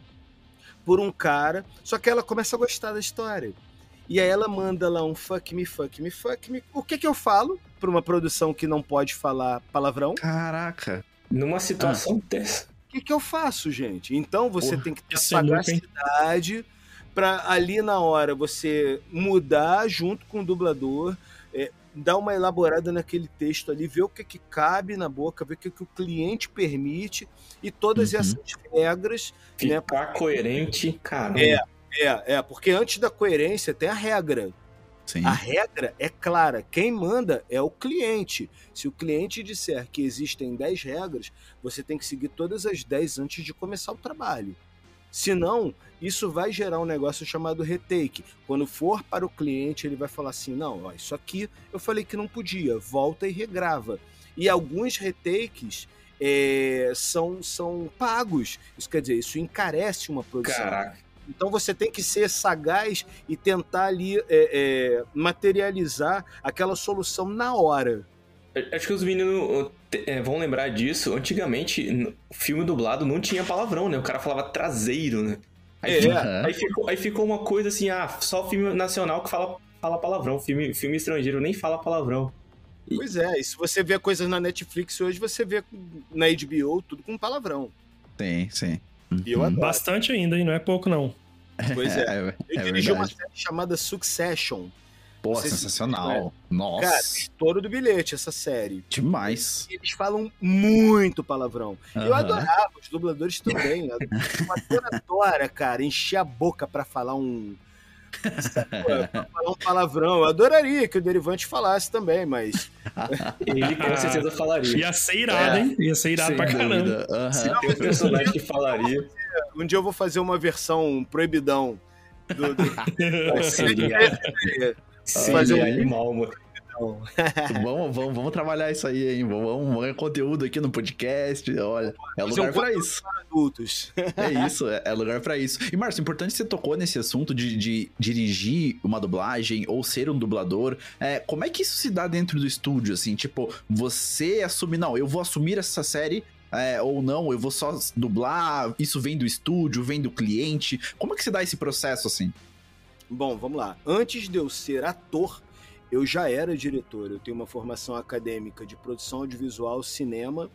por um cara, só que ela começa a gostar da história. E aí ela manda lá um fuck me, fuck me, fuck me. O que que eu falo pra uma produção que não pode falar palavrão? Caraca. Numa situação ah. dessa. O que que eu faço, gente? Então você Porra, tem que ter sagacidade pra ali na hora você mudar junto com o dublador, é, dar uma elaborada naquele texto ali, ver o que que cabe na boca, ver o que que o cliente permite e todas uhum. essas regras. Ficar né, pra... coerente, caramba. É, é, é, porque antes da coerência tem a regra. Sim. A regra é clara, quem manda é o cliente. Se o cliente disser que existem dez regras, você tem que seguir todas as dez antes de começar o trabalho. Senão, isso vai gerar um negócio chamado retake. Quando for para o cliente, ele vai falar assim, não, ó, isso aqui eu falei que não podia, volta e regrava. E alguns retakes é, são, são pagos. Isso quer dizer, isso encarece uma produção. Caraca. Então você tem que ser sagaz e tentar ali é, é, materializar aquela solução na hora. Acho que os meninos é, vão lembrar disso. Antigamente, o filme dublado não tinha palavrão, né? O cara falava traseiro, né? Aí, É. fica, aí, ficou, aí ficou uma coisa assim, ah, só filme nacional que fala, fala palavrão. Filme, filme estrangeiro nem fala palavrão. E... Pois é, e se você vê coisas na Netflix hoje, você vê na H B O tudo com palavrão. Sim, sim. E eu adoro. Bastante ainda, hein? Não é pouco, não. Pois é. É, Eu é dirigi uma verdade. série chamada Succession. Pô, Não sei se sensacional. Nossa, Cara, estouro do bilhete essa série. demais. E eles falam muito palavrão. Eu Aham. adorava, os dubladores também. A ator adora, cara, encher a boca pra falar um... pra falar um palavrão. Eu adoraria que o Derivante falasse também, mas... ele com certeza falaria. Ia ser irado, É. hein? Ia ser irado Sem pra caramba. dúvida. Aham. Se tem um personagem que falaria, Um dia eu vou fazer uma versão proibidão do... do... seria, seria Fazer um- animal, mano. vamos, vamos, vamos trabalhar isso aí, hein? Vamos, vamos ganhar conteúdo aqui no podcast. Olha, é Fazer lugar um pra conteúdo isso. para adultos. É isso, é, é lugar pra isso. E, Márcio, importante que você tocou nesse assunto de, de dirigir uma dublagem ou ser um dublador. É, como é que isso se dá dentro do estúdio, assim? Tipo, você assume, não, eu vou assumir essa série, é, ou não, eu vou só dublar, isso vem do estúdio, vem do cliente. Como é que se dá esse processo, assim? Bom, vamos lá. Antes de eu ser ator, eu já era diretor. Eu tenho uma formação acadêmica de produção audiovisual, cinema,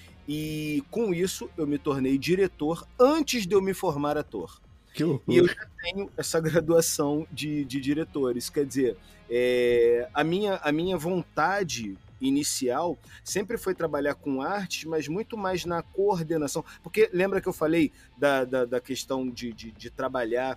e com isso eu me tornei diretor antes de eu me formar ator. Que E eu loucura. já tenho essa graduação de, de diretores. Quer dizer, é, a, minha, a minha vontade inicial sempre foi trabalhar com artes, mas muito mais na coordenação. Porque lembra que eu falei da, da, da questão de, de, de trabalhar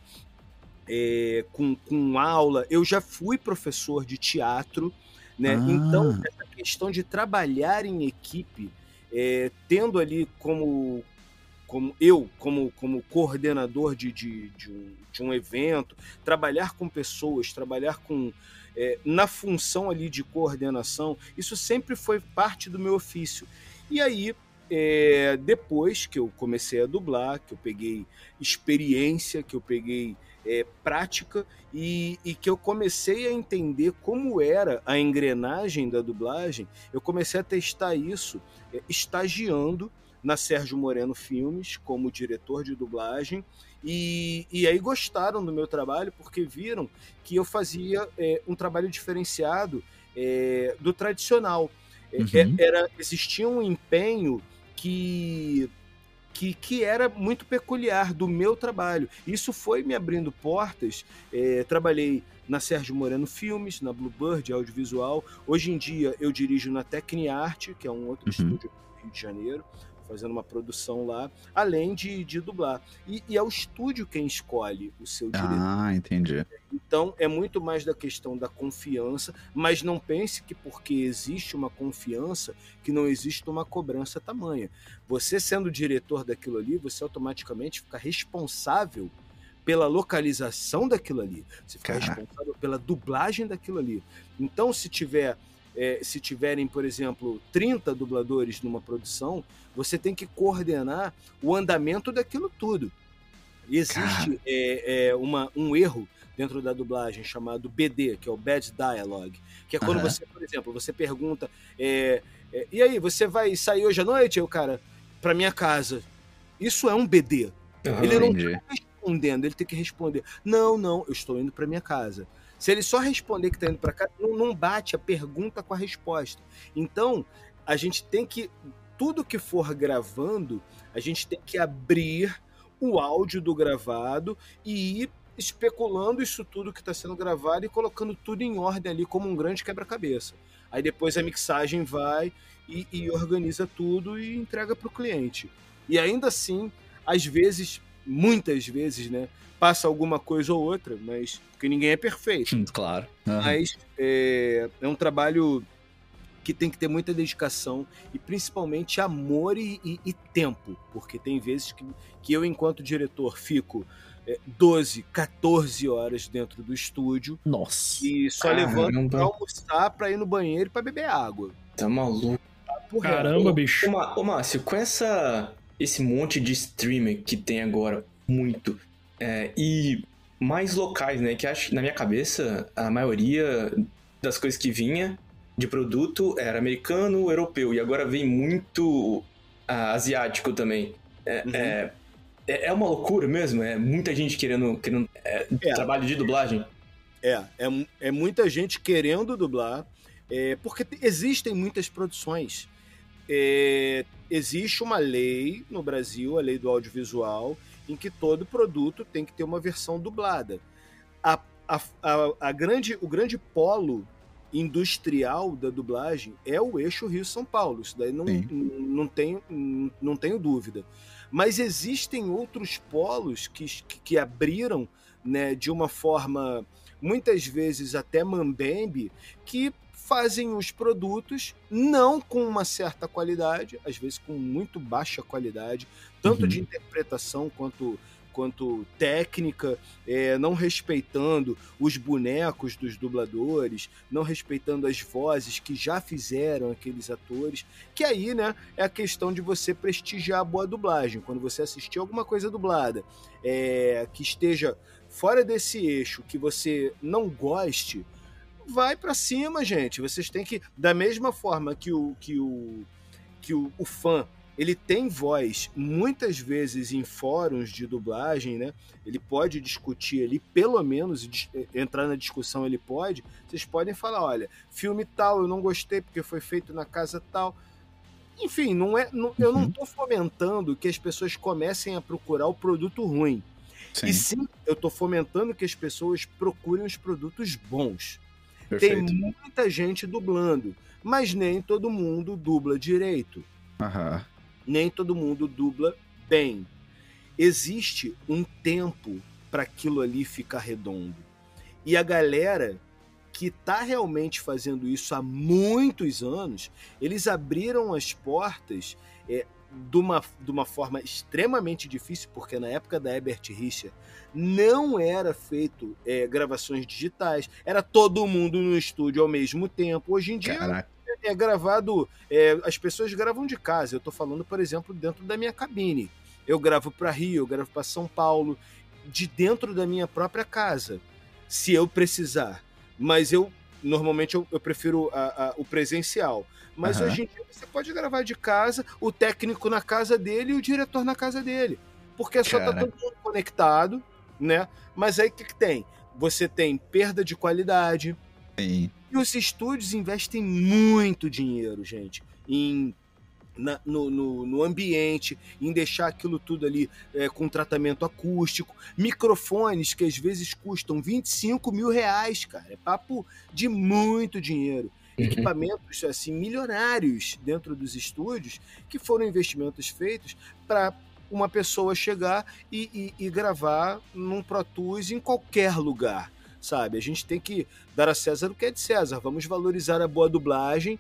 É, com, com aula? Eu já fui professor de teatro, né? Ah. Então, essa questão de trabalhar em equipe, é, tendo ali como, como eu, como, como coordenador de, de, de, um, de um evento, trabalhar com pessoas, trabalhar com é, na função ali de coordenação, isso sempre foi parte do meu ofício. E aí, é, depois que eu comecei a dublar, que eu peguei experiência, que eu peguei É, prática e, e que eu comecei a entender como era a engrenagem da dublagem, eu comecei a testar isso é, estagiando na Sérgio Moreno Filmes como diretor de dublagem e, e aí gostaram do meu trabalho porque viram que eu fazia é, um trabalho diferenciado é, do tradicional. É, Uhum. era, existia um empenho que... Que, que era muito peculiar do meu trabalho. Isso foi me abrindo portas. É, trabalhei na Sérgio Moreno Filmes, na Bluebird Audiovisual. Hoje em dia eu dirijo na Tecniarte, que é um outro Uhum. estúdio do Rio de Janeiro, fazendo uma produção lá, além de, de dublar. E, e é o estúdio quem escolhe o seu diretor. Ah, entendi. Então, é muito mais da questão da confiança, mas não pense que porque existe uma confiança, que não existe uma cobrança tamanha. Você sendo diretor daquilo ali, você automaticamente fica responsável pela localização daquilo ali. Você fica Caraca. responsável pela dublagem daquilo ali. Então, se tiver... É, se tiverem, por exemplo, trinta dubladores numa produção, você tem que coordenar o andamento daquilo tudo. Existe é, é, uma, um erro dentro da dublagem chamado B D, que é o Bad Dialogue, que é quando Aham. você, por exemplo, você pergunta é, é, e aí, você vai sair hoje à noite? Aí o cara, pra minha casa. Isso é um B D. Aham. Ele não Entendi. está respondendo, ele tem que responder. Não, não, eu estou indo pra minha casa. Se ele só responder que está indo para cá, não, não bate a pergunta com a resposta. Então, a gente tem que, tudo que for gravando, a gente tem que abrir o áudio do gravado e ir especulando isso tudo que está sendo gravado e colocando tudo em ordem ali como um grande quebra-cabeça. Aí depois a mixagem vai e, e organiza tudo e entrega para o cliente. E ainda assim, às vezes, muitas vezes, né, passa alguma coisa ou outra, mas porque ninguém é perfeito. Hum, claro. Uhum. Mas é, é um trabalho que tem que ter muita dedicação e principalmente amor e, e, e tempo, porque tem vezes que, que eu, enquanto diretor, fico é, doze, quatorze horas dentro do estúdio. Nossa. E só Caramba. levanto pra almoçar, pra ir no banheiro e pra beber água. Tá maluco. Por Caramba, real. bicho. Ô, Ma- ô, Márcio, com essa, esse monte de streamer que tem agora, muito, é, e mais locais, né, que acho que na minha cabeça a maioria das coisas que vinha de produto era americano, europeu, e agora vem muito ah, asiático também. É, Uhum. é, é é uma loucura mesmo, é muita gente querendo, querendo é, É. trabalho de dublagem. É, é, mu- é muita gente querendo dublar, é, porque te- existem muitas produções. É, existe uma lei no Brasil, a lei do audiovisual, em que todo produto tem que ter uma versão dublada. A, a, a, a grande, o grande polo industrial da dublagem é o eixo Rio-São Paulo. Isso daí não, Sim. não, não, tenho, não tenho dúvida. Mas existem outros polos que, que abriram, né, de uma forma, muitas vezes até mambembe, que fazem os produtos não com uma certa qualidade, às vezes com muito baixa qualidade, tanto Uhum. de interpretação quanto, quanto técnica, é, não respeitando os bonecos dos dubladores, não respeitando as vozes que já fizeram aqueles atores, que aí, né, é a questão de você prestigiar a boa dublagem. Quando você assistir alguma coisa dublada é, que esteja fora desse eixo, que você não goste, vai pra cima, gente. Vocês têm que, da mesma forma que o que o que o, o fã, ele tem voz muitas vezes em fóruns de dublagem, né? Ele pode discutir ali, pelo menos dis- entrar na discussão, ele pode. Vocês podem falar, olha, filme tal eu não gostei porque foi feito na casa tal. Enfim, não é, não- eu não Uhum. tô fomentando que as pessoas comecem a procurar o produto ruim. Sim, E sim, eu tô fomentando que as pessoas procurem os produtos bons. perfeito. Tem muita gente dublando, mas nem todo mundo dubla direito. Aham. Nem todo mundo dubla bem. Existe um tempo para aquilo ali ficar redondo. E a galera que está realmente fazendo isso há muitos anos, eles abriram as portas é, de, uma, de uma forma extremamente difícil, porque na época da Herbert Richard não era feito é, gravações digitais, era todo mundo no estúdio ao mesmo tempo. Hoje em dia Caraca. é gravado, é, as pessoas gravam de casa. Eu tô falando, por exemplo, dentro da minha cabine. Eu gravo para Rio, eu gravo para São Paulo, de dentro da minha própria casa, se eu precisar. Mas eu, normalmente, eu, eu prefiro a, a, o presencial. Mas Aham. hoje em dia você pode gravar de casa, o técnico na casa dele e o diretor na casa dele. Porque só tá Cara. todo mundo conectado, né? Mas aí o que, que tem? Você tem perda de qualidade. Sim. E os estúdios investem muito dinheiro, gente, em, na- no, no- no ambiente, em deixar aquilo tudo ali é, com tratamento acústico. Microfones que às vezes custam vinte e cinco mil reais, cara. É papo de muito dinheiro. Uhum. Equipamentos assim, milionários dentro dos estúdios, que foram investimentos feitos para uma pessoa chegar e, e- e gravar num Pro Tools em qualquer lugar. Sabe, a gente tem que dar a César o que é de César. Vamos valorizar a boa dublagem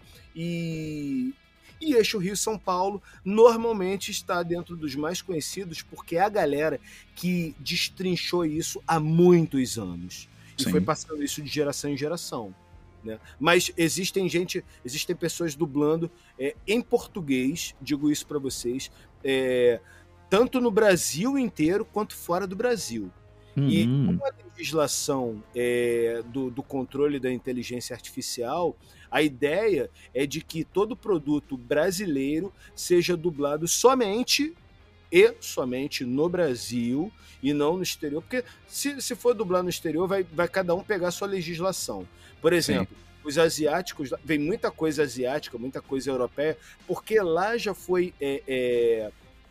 e, e Eixo Rio-São Paulo normalmente está dentro dos mais conhecidos porque é a galera que destrinchou isso há muitos anos e Sim. foi passando isso de geração em geração, né? Mas existem gente, existem pessoas dublando é, em português, digo isso para vocês, é, tanto no Brasil inteiro quanto fora do Brasil. E Hum. com a legislação é, do, do controle da inteligência artificial, a ideia é de que todo produto brasileiro seja dublado somente e somente no Brasil e não no exterior, porque se, se for dublar no exterior, vai, vai cada um pegar a sua legislação. Por exemplo, os asiáticos, vem muita coisa asiática, muita coisa europeia, porque lá já foi... É, é,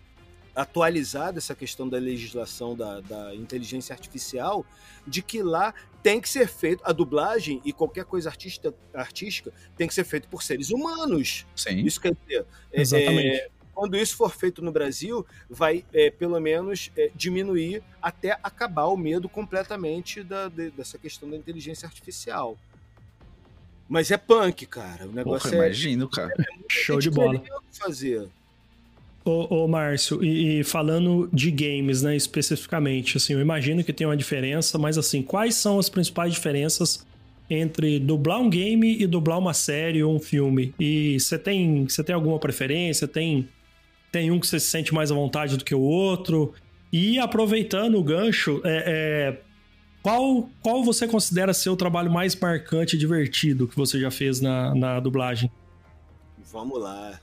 atualizada essa questão da legislação da, da inteligência artificial, de que lá tem que ser feito, a dublagem e qualquer coisa artista, artística tem que ser feito por seres humanos. Sim. Isso quer dizer, é, Exatamente. é, quando isso for feito no Brasil, vai, é, pelo menos, é, diminuir até acabar o medo completamente da, de, dessa questão da inteligência artificial. Mas é punk, cara. O negócio Porra, é... imagino, cara. É muito Show de bola. fazer. Ô, ô Márcio, e, e falando de games, né, especificamente, assim, eu imagino que tem uma diferença, mas assim, quais são as principais diferenças entre dublar um game e dublar uma série ou um filme? E você tem, você tem alguma preferência? Tem, tem um que você se sente mais à vontade do que o outro? E aproveitando o gancho, é, é, qual, qual você considera ser o trabalho mais marcante e divertido que você já fez na, na dublagem? Vamos lá.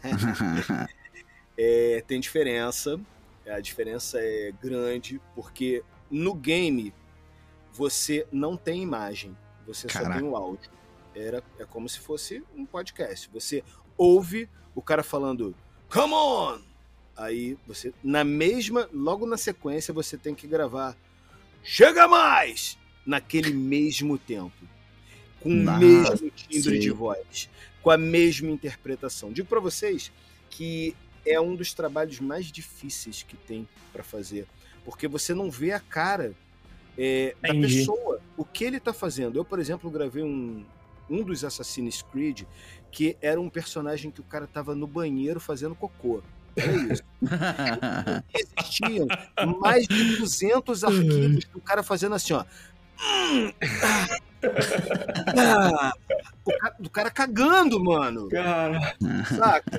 É, tem diferença, a diferença é grande, porque no game você não tem imagem, você Caraca. só tem o áudio. Era, é como se fosse um podcast. Você ouve o cara falando, come on! Aí você, na mesma, logo na sequência, você tem que gravar, chega mais! Naquele mesmo tempo. Com Nossa, o mesmo timbre sim. de voz, com a mesma interpretação. Digo pra vocês que é um dos trabalhos mais difíceis que tem para fazer, porque você não vê a cara é, da Entendi. pessoa, o que ele tá fazendo. Eu, por exemplo, gravei um, um dos Assassin's Creed que era um personagem que o cara tava no banheiro fazendo cocô. Olha isso. Existiam mais de duzentos arquivos do cara fazendo assim, ó. Ah, o cara, do cara cagando, mano. Cara, Saca?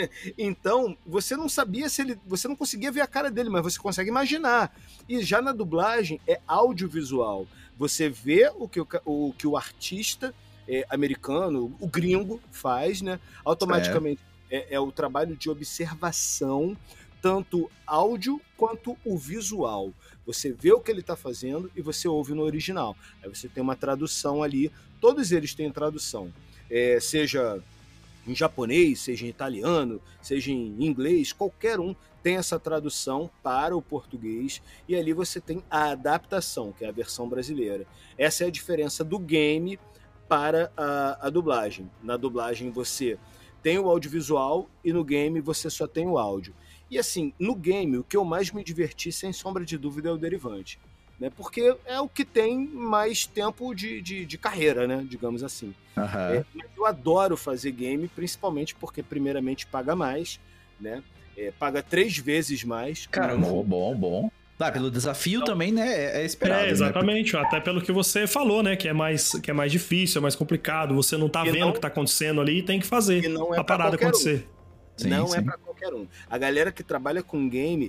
Então, você não sabia se ele. Você não conseguia ver a cara dele, mas você consegue imaginar. E já na dublagem é audiovisual. Você vê o que o, o, que o artista é, americano, o gringo, faz, né? Automaticamente é, é o trabalho de observação, tanto áudio quanto o visual. Você vê o que ele está fazendo e você ouve no original. Aí você tem uma tradução ali. Todos eles têm tradução. É, seja em japonês, seja em italiano, seja em inglês, qualquer um tem essa tradução para o português e ali você tem a adaptação, que é a versão brasileira. Essa é a diferença do game para a, a dublagem. Na dublagem você tem o audiovisual e no game você só tem o áudio. E assim, no game, o que eu mais me diverti, sem sombra de dúvida, é o Derivante. Né? Porque é o que tem mais tempo de, de, de carreira, né? Digamos assim. Uhum. É, mas eu adoro fazer game, principalmente porque, primeiramente, paga mais, né? É, paga três vezes mais. Cara, Bom, bom, bom. Ah, pelo desafio também, né? É, é esperado. É, né? exatamente. Até pelo que você falou, né? Que é mais, que é mais difícil, é mais complicado. Você não tá E vendo não- o que tá acontecendo ali e tem que fazer E não é a pra parada qualquer um. acontecer. Sim, não sim. é para qualquer um. A galera que trabalha com game,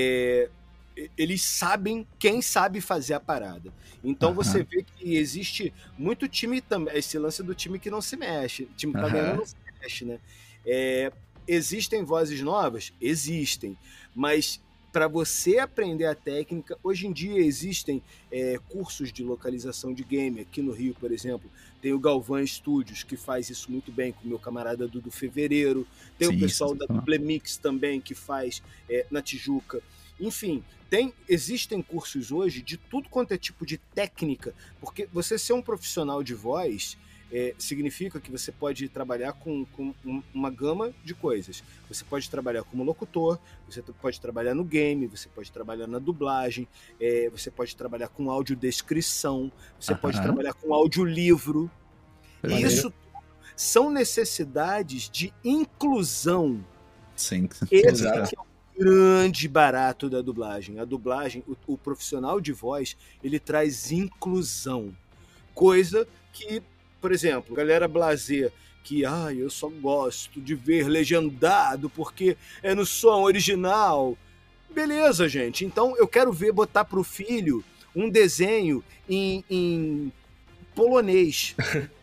é, eles sabem quem sabe fazer a parada. Então Aham. você vê que existe muito time também, esse lance do time que não se mexe. O time que tá Aham. ganhando não se mexe, né? É, existem vozes novas? Existem. Mas para você aprender a técnica, hoje em dia existem é, cursos de localização de game. Aqui no Rio, por exemplo, tem o Galvão Studios, que faz isso muito bem com o meu camarada Dudu Fevereiro. Tem Sim, o pessoal da sensacional. Dublemix também, que faz é, na Tijuca. Enfim, tem, existem cursos hoje de tudo quanto é tipo de técnica, porque você ser um profissional de voz é, significa que você pode trabalhar com, com um- uma gama de coisas. Você pode trabalhar como locutor, você pode trabalhar no game, você pode trabalhar na dublagem, é, você pode trabalhar com audiodescrição, você pode Aham. trabalhar com audiolivro. E Maneiro. isso tudo são necessidades de inclusão. Sim. Esse Exato. aqui é o grande barato da dublagem. A dublagem, o, o profissional de voz, ele traz inclusão. Coisa que, por exemplo, galera blasé, que ah, eu só gosto de ver legendado porque é no som original. Beleza, gente. Então eu quero ver botar pro filho um desenho em, em polonês.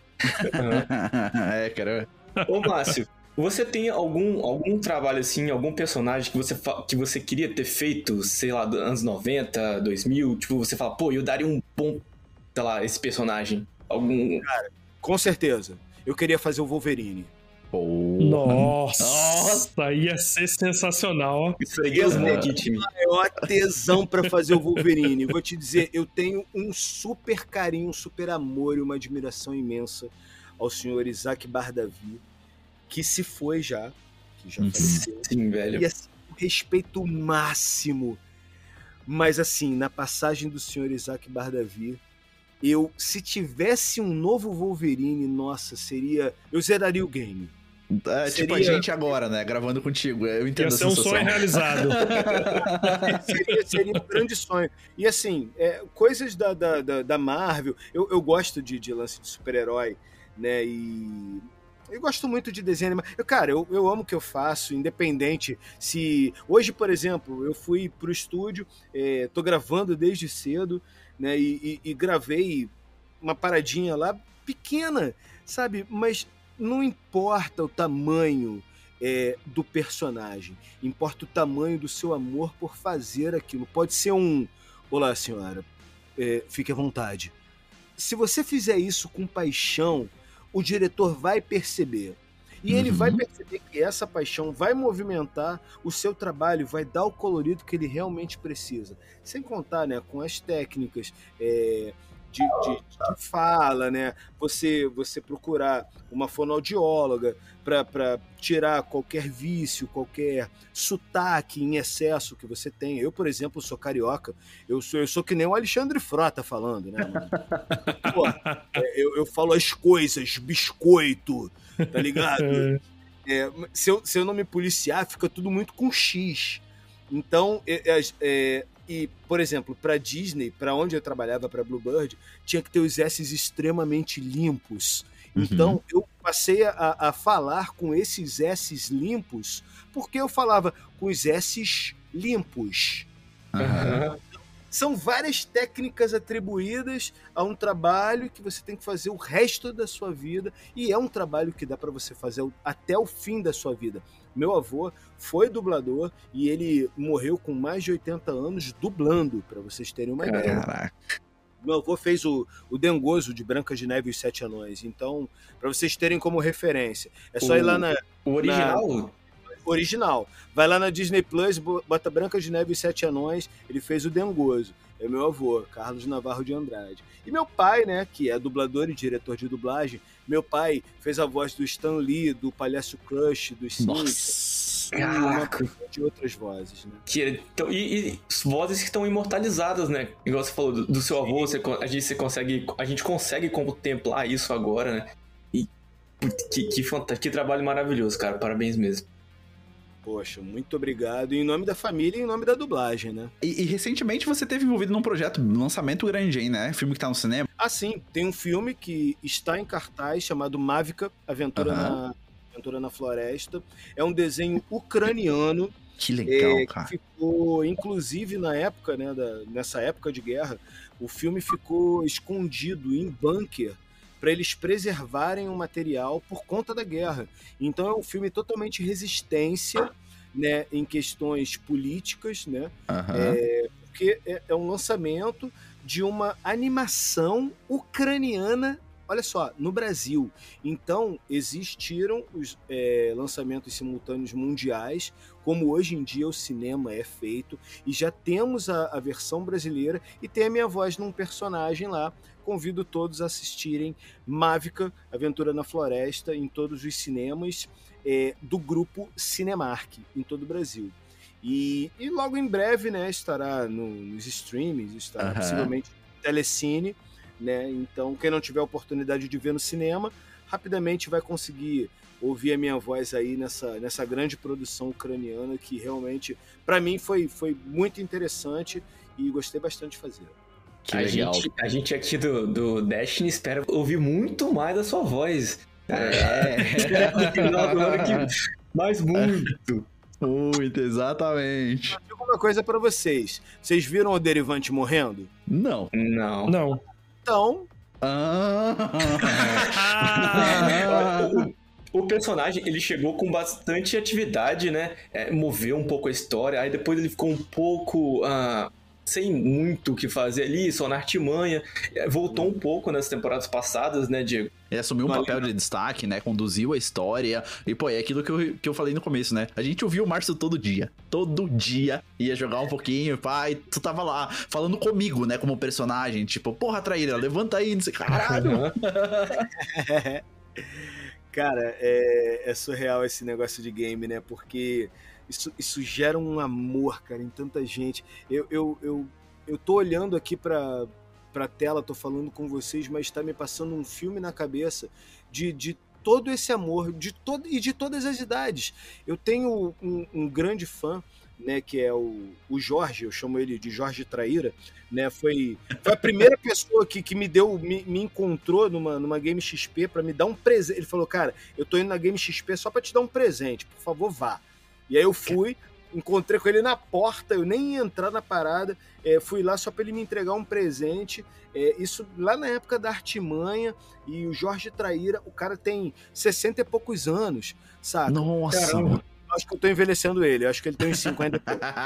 É, cara. ô Márcio, você tem algum, algum trabalho assim, algum personagem que você, fa- que você queria ter feito, sei lá, dos anos noventa, dois mil? Tipo, você fala, pô, eu daria um bom, sei lá, esse personagem. Algum. Com certeza. Eu queria fazer o Wolverine. Pô. Nossa, ia ser sensacional. ó. Esfreguei as mãos aqui, time. Maior tesão pra fazer o Wolverine. Vou te dizer, eu tenho um super carinho, um super amor e uma admiração imensa ao senhor Isaac Bardavi, que se foi já, que já faleceu. Sim, velho. E assim, respeito máximo. Mas assim, na passagem do senhor Isaac Bardavi, eu, se tivesse um novo Wolverine, nossa, seria... Eu zeraria o game. É, Seria... tipo a gente agora, né? Gravando contigo. Eu entendo Ia a ser um sensação. sonho realizado. seria, seria um grande sonho. E assim, é, coisas da, da, da, da Marvel, eu, eu gosto de, de lance de super-herói, né? E eu gosto muito de desenho animado. Eu, cara, eu, eu amo o que eu faço, independente se... Hoje, por exemplo, eu fui pro estúdio, é, tô gravando desde cedo, né? E, e, e gravei uma paradinha lá pequena, sabe? Mas não importa o tamanho é, do personagem, importa o tamanho do seu amor por fazer aquilo. Pode ser um... Olá, senhora, é, fique à vontade. Se você fizer isso com paixão, o diretor vai perceber. E ele Uhum. vai perceber que essa paixão vai movimentar o seu trabalho, vai dar o colorido que ele realmente precisa. Sem contar, né, com as técnicas é, de, de, de fala, né? Você, você procurar uma fonoaudióloga para tirar qualquer vício, qualquer sotaque em excesso que você tem. Eu, por exemplo, sou carioca, eu sou, eu sou que nem o Alexandre Frota falando, né, mano? Pô, é, eu, eu falo as coisas, biscoito, tá ligado? É, se, eu, se eu não me policiar, fica tudo muito com X. Então, é, é, e, por exemplo, para Disney, para onde eu trabalhava, para Bluebird, tinha que ter os S's extremamente limpos. Uhum. Então, eu passei a, a falar com esses S's limpos, porque eu falava com os S's limpos. Aham. São várias técnicas atribuídas a um trabalho que você tem que fazer o resto da sua vida, e é um trabalho que dá para você fazer até o fim da sua vida. Meu avô foi dublador e ele morreu com mais de oitenta anos dublando, para vocês terem uma ideia. Caraca. Meu avô fez o, o Dengoso de Branca de Neve e os Sete Anões, então, para vocês terem como referência, é só O- ir lá na... O original? original. Vai lá na Disney Plus, bota Branca de Neve e Sete Anões, ele fez o Dengoso. É meu avô, Carlos Navarro de Andrade. E meu pai, né, que é dublador e diretor de dublagem, meu pai fez a voz do Stan Lee, do Palhaço Crush, dos Simpsons, Nossa. e uma Caraca. porção de outras vozes, né? Que, então, e, e vozes que estão imortalizadas, né? Igual você falou do, do seu avô, você, con- a, gente, você consegue, a gente consegue contemplar isso agora, né? E putz, que, que, fanta- que trabalho maravilhoso, cara. Parabéns mesmo. Poxa, muito obrigado. Em nome da família e em nome da dublagem, né? E, e recentemente você teve envolvido num projeto, um lançamento grande, hein, né? Filme que tá no cinema. Ah, sim, tem um filme que está em cartaz chamado Mávica, Aventura, Aham. na, Aventura na Floresta. É um desenho ucraniano. Que legal, É, cara. que ficou, inclusive na época, né, da, nessa época de guerra, o filme ficou escondido em bunker para eles preservarem o material por conta da guerra. Então é um filme totalmente resistência, né, em questões políticas, né, Aham. é, porque é, é um lançamento de uma animação ucraniana, olha só, no Brasil. Então, existiram os é, lançamentos simultâneos mundiais, como hoje em dia o cinema é feito, e já temos a, a versão brasileira, e tem a minha voz num personagem lá. Convido todos a assistirem Mávica, Aventura na Floresta, em todos os cinemas é, do grupo Cinemark, em todo o Brasil. E, e logo em breve, né, estará no, nos streamings, estará Aham. possivelmente no Telecine, né? Então, quem não tiver a oportunidade de ver no cinema, rapidamente vai conseguir ouvir a minha voz aí nessa, nessa grande produção ucraniana que realmente, para mim, foi, foi muito interessante e gostei bastante de fazer. Que a, legal. gente, a gente aqui do, do Destiny espera ouvir muito mais da sua voz. É. No final do ano que... Mas muito. Muito, exatamente. Digo uma coisa para vocês. Vocês viram o Derivante morrendo? Não. Não. Não. Então, Ah. O personagem, ele chegou com bastante atividade, né? É, moveu um pouco a história, aí depois ele ficou um pouco ah, sem muito o que fazer ali, só na artimanha. É, voltou um pouco nas temporadas passadas, né, Diego? Ele assumiu um Valeu. papel de destaque, né? Conduziu a história. E, pô, é aquilo que eu, que eu falei no começo, né? A gente ouvia o Márcio todo dia. Todo dia. Ia jogar um pouquinho, pai. Tu tava lá, falando comigo, né? Como personagem. Tipo, porra, traíra, levanta aí. Não sei, caralho. Cara, é, é surreal esse negócio de game, né? Porque isso, isso gera um amor, cara, em tanta gente. Eu, eu, eu, eu tô olhando aqui pra, pra tela, tô falando com vocês, mas tá me passando um filme na cabeça de, de todo esse amor, de todo, e de todas as idades. Eu tenho um, um grande fã, né, que é o, o Jorge, eu chamo ele de Jorge Traíra, né, foi, foi a primeira pessoa que, que me deu, me, me encontrou numa, numa Game X P para me dar um presente. Ele falou, cara, eu tô indo na Game X P só para te dar um presente, por favor, vá. E aí eu fui, encontrei com ele na porta, eu nem ia entrar na parada, é, fui lá só para ele me entregar um presente, é, isso lá na época da Artimanha, e o Jorge Traíra, o cara tem sessenta e poucos anos, saca? Nossa! Caramba. Acho que eu tô envelhecendo ele, acho que ele tem uns cinquenta.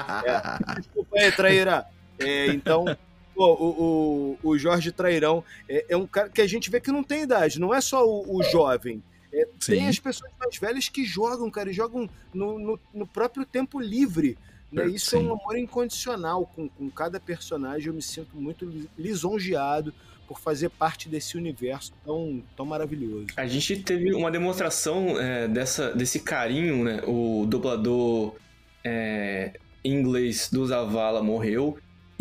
É. Desculpa aí, Traíra. É, então, pô, o, o, o Jorge Trairão é, é um cara que a gente vê que não tem idade, não é só o, o jovem. É, tem as pessoas mais velhas que jogam, cara, e jogam no, no, no próprio tempo livre. Né? Isso Sim. é um amor incondicional com, com cada personagem. Eu me sinto muito lisonjeado por fazer parte desse universo tão, tão maravilhoso. A gente teve uma demonstração é, dessa, desse carinho, né? O dublador é, em inglês do Zavala morreu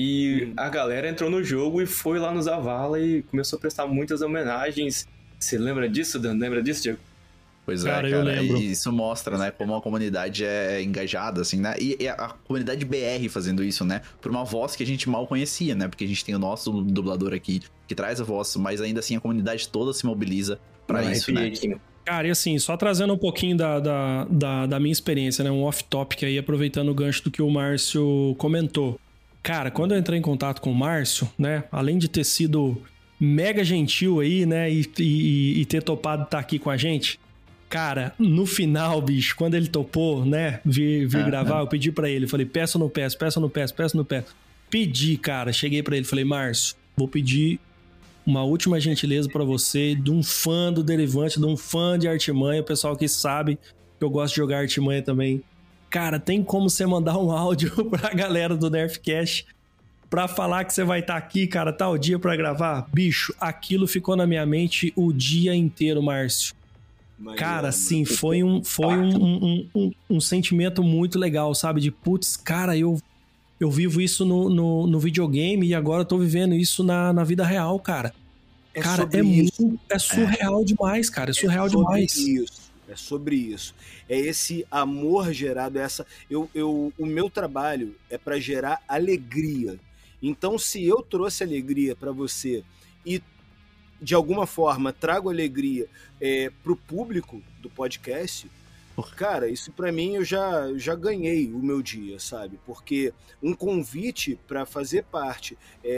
e hum. a galera entrou no jogo e foi lá no Zavala e começou a prestar muitas homenagens. Você lembra disso, Dan? Lembra disso, Diego? Pois é, cara, eu lembro. E isso mostra, né, como a comunidade é engajada, assim, né? E a comunidade B R fazendo isso, né? Por uma voz que a gente mal conhecia, né? Porque a gente tem o nosso dublador aqui que traz a voz, mas ainda assim a comunidade toda se mobiliza pra Não, isso, né? Aqui. Cara, e assim, só trazendo um pouquinho da, da, da, da minha experiência, né? Um off-topic aí, aproveitando o gancho do que o Márcio comentou. Cara, quando eu entrei em contato com o Márcio, né? Além de ter sido mega gentil aí, né? E, e, e ter topado estar aqui com a gente... Cara, no final, bicho, quando ele topou, né, vir, vir ah, gravar, ah. eu pedi pra ele, falei, peço ou não peço, peço ou não peço, peço ou não peço. Pedi, cara, cheguei pra ele, falei, Márcio, vou pedir uma última gentileza pra você, de um fã do Derivante, de um fã de Artimanha, o pessoal que sabe que eu gosto de jogar Artimanha também. Cara, tem como você mandar um áudio pra galera do Nerfcast pra falar que você vai estar tá aqui, cara, tal dia pra gravar? Bicho, aquilo ficou na minha mente o dia inteiro, Márcio. Cara, assim, foi um, foi um, um, um, um sentimento muito legal, sabe? De, putz, cara, eu, eu vivo isso no, no, no videogame e agora eu tô vivendo isso na, na vida real, cara. É cara, é, muito, é surreal é. demais, cara. É surreal é demais. Isso. É sobre isso. É esse amor gerado, essa... Eu, eu, o meu trabalho é para gerar alegria. Então, se eu trouxe alegria para você e de alguma forma trago alegria é, pro público do podcast, cara, isso para mim eu já, já ganhei o meu dia, sabe? Porque um convite para fazer parte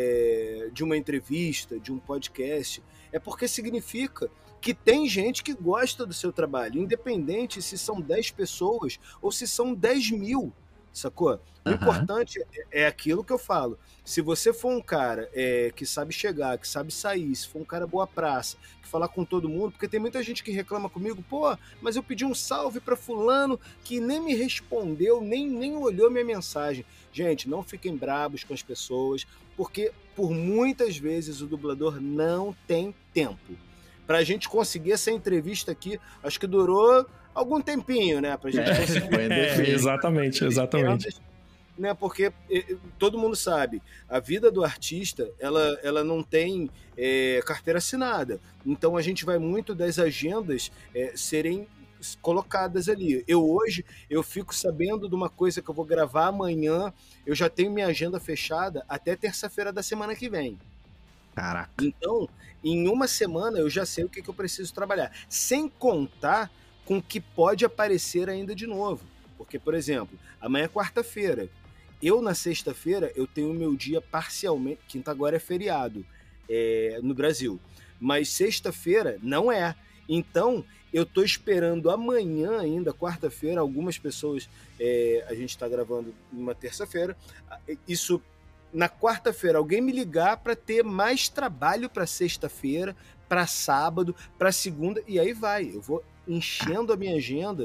é, de uma entrevista, de um podcast, é porque significa que tem gente que gosta do seu trabalho, independente se são dez pessoas ou se são dez mil, sacou? O uhum. importante é aquilo que eu falo. Se você for um cara é, que sabe chegar, que sabe sair, se for um cara boa praça, que falar com todo mundo, porque tem muita gente que reclama comigo, pô, mas eu pedi um salve pra fulano que nem me respondeu, nem, nem olhou minha mensagem. Gente, não fiquem brabos com as pessoas, porque por muitas vezes o dublador não tem tempo. Pra gente conseguir essa entrevista aqui, acho que durou algum tempinho, né? Pra gente conseguir. É, exatamente, exatamente. Né, porque eh, todo mundo sabe, a vida do artista ela, ela não tem é, carteira assinada, então a gente vai muito das agendas é, serem colocadas ali. Eu hoje eu fico sabendo de uma coisa que eu vou gravar amanhã, eu já tenho minha agenda fechada até terça-feira da semana que vem. Caraca. Então, em uma semana eu já sei o que, que eu preciso trabalhar, sem contar com o que pode aparecer ainda de novo. Porque, por exemplo, amanhã é quarta-feira. Eu, na sexta-feira, eu tenho o meu dia parcialmente... Quinta agora é feriado é, no Brasil. Mas sexta-feira não é. Então, eu tô esperando amanhã ainda, quarta-feira, algumas pessoas... É, a gente está gravando numa terça-feira. Isso, na quarta-feira, alguém me ligar para ter mais trabalho para sexta-feira, para sábado, para segunda, e aí vai. Eu vou enchendo a minha agenda...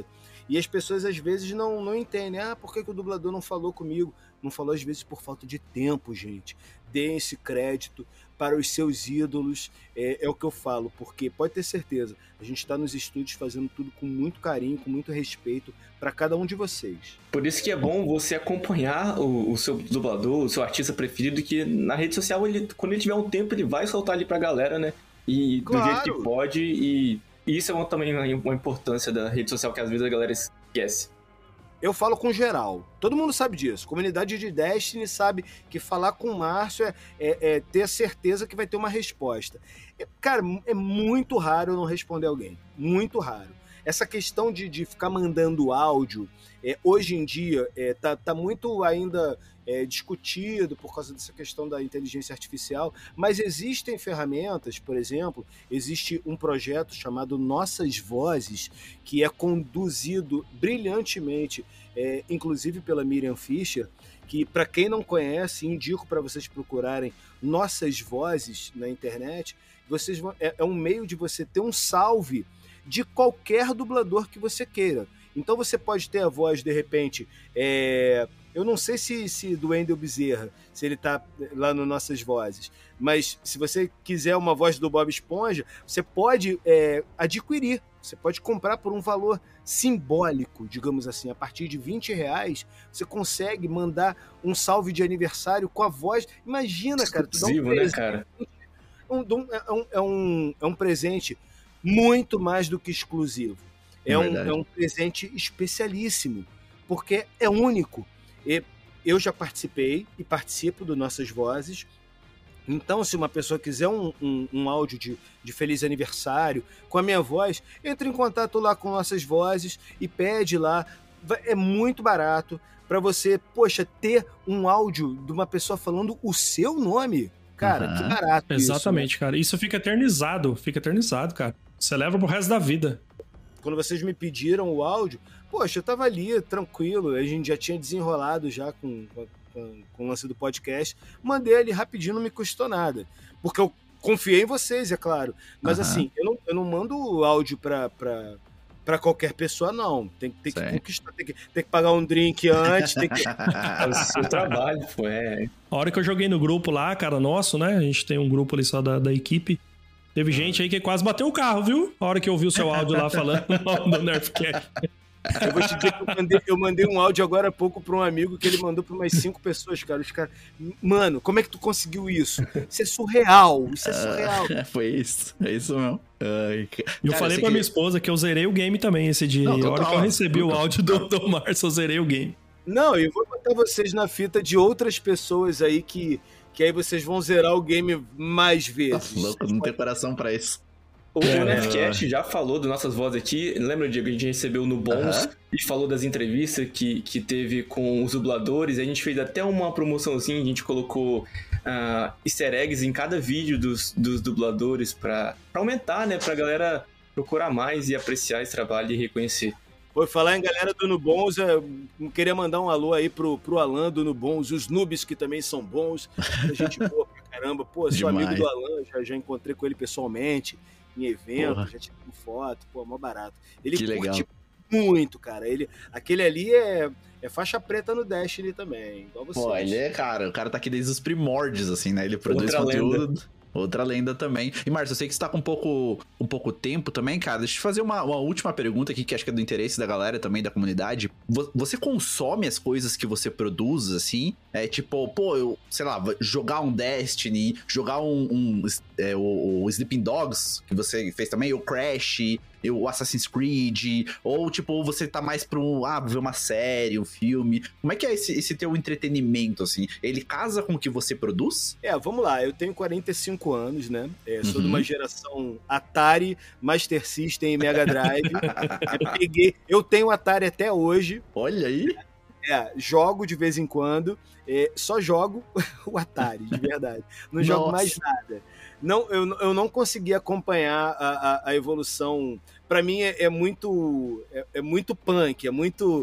E as pessoas às vezes não, não entendem. Ah, por que, que o dublador não falou comigo? Não falou às vezes por falta de tempo, gente. Deem esse crédito para os seus ídolos, é, é o que eu falo, porque pode ter certeza, a gente está nos estúdios fazendo tudo com muito carinho, com muito respeito para cada um de vocês. Por isso que é bom você acompanhar o, o seu dublador, o seu artista preferido, que na rede social, ele, quando ele tiver um tempo, ele vai soltar ali pra galera, né? E Claro. do jeito que pode, e, e isso é uma, também uma, uma importância da rede social que às vezes a galera esquece. Eu falo com geral. Todo mundo sabe disso. Comunidade de Destiny sabe que falar com o Márcio é, é, é ter a certeza que vai ter uma resposta. É, cara, é muito raro eu não responder alguém. Muito raro. Essa questão de, de ficar mandando áudio, é, hoje em dia, é, tá, tá muito ainda é, discutido por causa dessa questão da inteligência artificial, mas existem ferramentas, por exemplo, existe um projeto chamado Nossas Vozes, que é conduzido brilhantemente, é, inclusive pela Miriam Fischer, que, para quem não conhece, indico para vocês procurarem Nossas Vozes na internet. Vocês vão, é, é um meio de você ter um salve de qualquer dublador que você queira. Então você pode ter a voz, de repente, é... eu não sei se, se do Wendel Bezerra, se ele tá lá no Nossas Vozes, mas se você quiser uma voz do Bob Esponja, você pode é, adquirir, você pode comprar por um valor simbólico, digamos assim, a partir de vinte reais, você consegue mandar um salve de aniversário com a voz. Imagina, cara, tu dá um Exclusivo, né, presente, cara? um, um, é, um, é, um, é um presente muito mais do que exclusivo. É, É um, verdade. é um presente especialíssimo, porque é único. E eu já participei e participo do Nossas Vozes. Então, se uma pessoa quiser um, um, um áudio de, de feliz aniversário com a minha voz, entre em contato lá com Nossas Vozes e pede lá. Vai- É muito barato para você, poxa, ter um áudio de uma pessoa falando o seu nome. Cara, Aham. que barato isso, né? Exatamente, cara. Isso fica eternizado, fica eternizado, cara. Você leva pro resto da vida. Quando vocês me pediram o áudio, poxa, eu tava ali, tranquilo, a gente já tinha desenrolado já com, com, com o lance do podcast, mandei ali rapidinho, não me custou nada, porque eu confiei em vocês, é claro, mas Aham. assim, eu não, eu não mando o áudio pra, pra, pra qualquer pessoa, não, tem, tem que Certo. conquistar, tem que, tem que pagar um drink antes, tem que... É o seu trabalho, pô, é... A hora que eu joguei no grupo lá, cara, nosso, né? A gente tem um grupo ali só da, da equipe. Teve gente aí que quase bateu o carro, viu? A hora que eu ouvi o seu áudio lá falando do Nerfcast. Eu vou te dizer que eu mandei, eu mandei um áudio agora há pouco pra um amigo que ele mandou pra umas cinco pessoas, cara. Os caras, mano, como é que tu conseguiu isso? Isso é surreal, isso é surreal. Foi isso, é isso mesmo. Ai, ca- E eu cara, falei sei pra que- minha esposa que eu zerei o game também esse dia. Não, E a hora total, que eu recebi o total. áudio do, do Márcio, eu zerei o game. Não, eu vou botar vocês na fita de outras pessoas aí que, que aí vocês vão zerar o game mais Tá vezes. louco, não tem coração pra isso. O É. Nefcast já falou das nossas vozes aqui. Lembra, Diego, a gente recebeu no Bônus Aham. e falou das entrevistas que, que teve com os dubladores. A gente fez até uma promoçãozinha, a gente colocou uh, easter eggs em cada vídeo dos, dos dubladores pra, pra aumentar, né? Pra galera procurar mais e apreciar esse trabalho e reconhecer. Vou falar em galera do Nubons, eu queria mandar um alô aí pro, pro Alan do Nubons, os noobs que também são bons, a gente boa pra caramba. Pô, sou Demais. amigo do Alan, já, já encontrei com ele pessoalmente em evento, Porra. já tirei foto, pô, mó barato. Ele Que legal. curte muito, cara. Ele, aquele ali é, é faixa preta no Destiny também, igual vocês. Pô, ele é, cara, o cara tá aqui desde os primórdios, assim, né? Ele produz Outra conteúdo. Outra lenda também. E, Márcio, eu sei que você tá com um pouco, um pouco tempo também, cara. Deixa eu te fazer uma, uma última pergunta aqui, que acho que é do interesse da galera também, da comunidade. Vo- Você consome as coisas que você produz, assim? É tipo, pô, eu, sei lá, jogar um Destiny, jogar um, um é, o, o Sleeping Dogs, que você fez também, o Crash, e o Assassin's Creed, ou tipo, você tá mais pro, ah, ver uma série, um filme. Como é que é esse, esse teu entretenimento, assim? Ele casa com o que você produz? É, vamos lá, eu tenho quarenta e cinco anos, né? É, sou Uhum. de uma geração Atari, Master System e Mega Drive. eu, peguei, eu tenho Atari até hoje, Olha aí. é, jogo de vez em quando, é, só jogo o Atari, de verdade. Não jogo Nossa. mais nada. Não, eu, eu não consegui acompanhar a, a, a evolução. Pra mim é, é muito é, é muito punk, é muito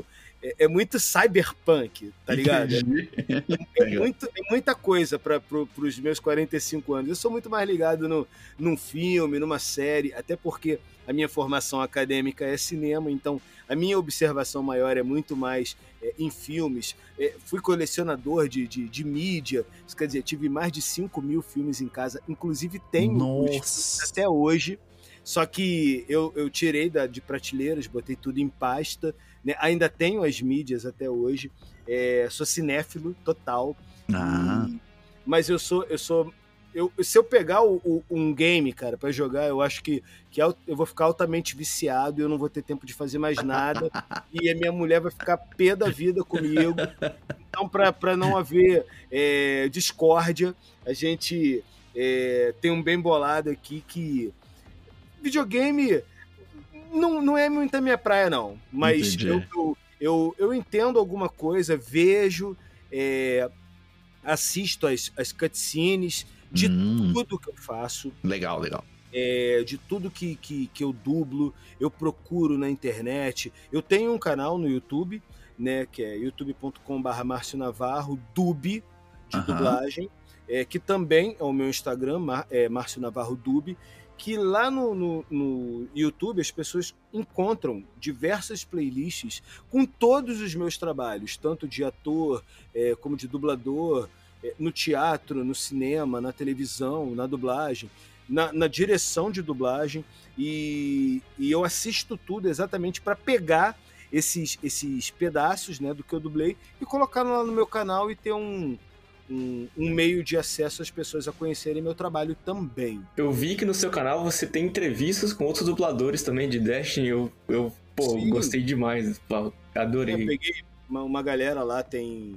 é, é muito cyberpunk, tá ligado? É, é, muito, é muita coisa para pro, os meus quarenta e cinco anos. Eu sou muito mais ligado no, num filme, numa série, até porque a minha formação acadêmica é cinema, então a minha observação maior é muito mais é, em filmes. É, fui colecionador de, de, de mídia, isso quer dizer, tive mais de cinco mil filmes em casa, inclusive tenho os até hoje, só que eu, eu tirei da, de prateleiras, botei tudo em pasta, né? Ainda tenho as mídias até hoje, é, sou cinéfilo total, ah. e, mas eu sou... Eu sou Eu, se eu pegar o, o, um game, cara, pra jogar, eu acho que, que eu vou ficar altamente viciado e eu não vou ter tempo de fazer mais nada. E a minha mulher vai ficar pé da vida comigo. Então, pra, pra não haver é, discórdia, a gente é, tem um bem bolado aqui que videogame não, não é muito a minha praia, não. Mas eu, eu, eu, eu entendo alguma coisa, vejo, é, assisto as, as cutscenes, de hum. tudo que eu faço. Legal, legal. É, de tudo que, que, que eu dublo, eu procuro na internet. Eu tenho um canal no YouTube, né, que é youtube ponto com barra Márcio Navarro, dub, de uh-huh. dublagem, é, que também é o meu Instagram, Mar, é, Márcio Navarro Dub, que lá no, no, no YouTube as pessoas encontram diversas playlists com todos os meus trabalhos, tanto de ator é, como de dublador, no teatro, no cinema, na televisão, na dublagem, na, na direção de dublagem, e, e eu assisto tudo exatamente para pegar esses, esses pedaços, né, do que eu dublei e colocar lá no meu canal e ter um, um, um meio de acesso às pessoas a conhecerem meu trabalho também. Eu vi que no seu canal você tem entrevistas com outros dubladores também de Destiny, eu, eu pô, gostei demais, adorei. Eu peguei uma, uma galera lá, tem...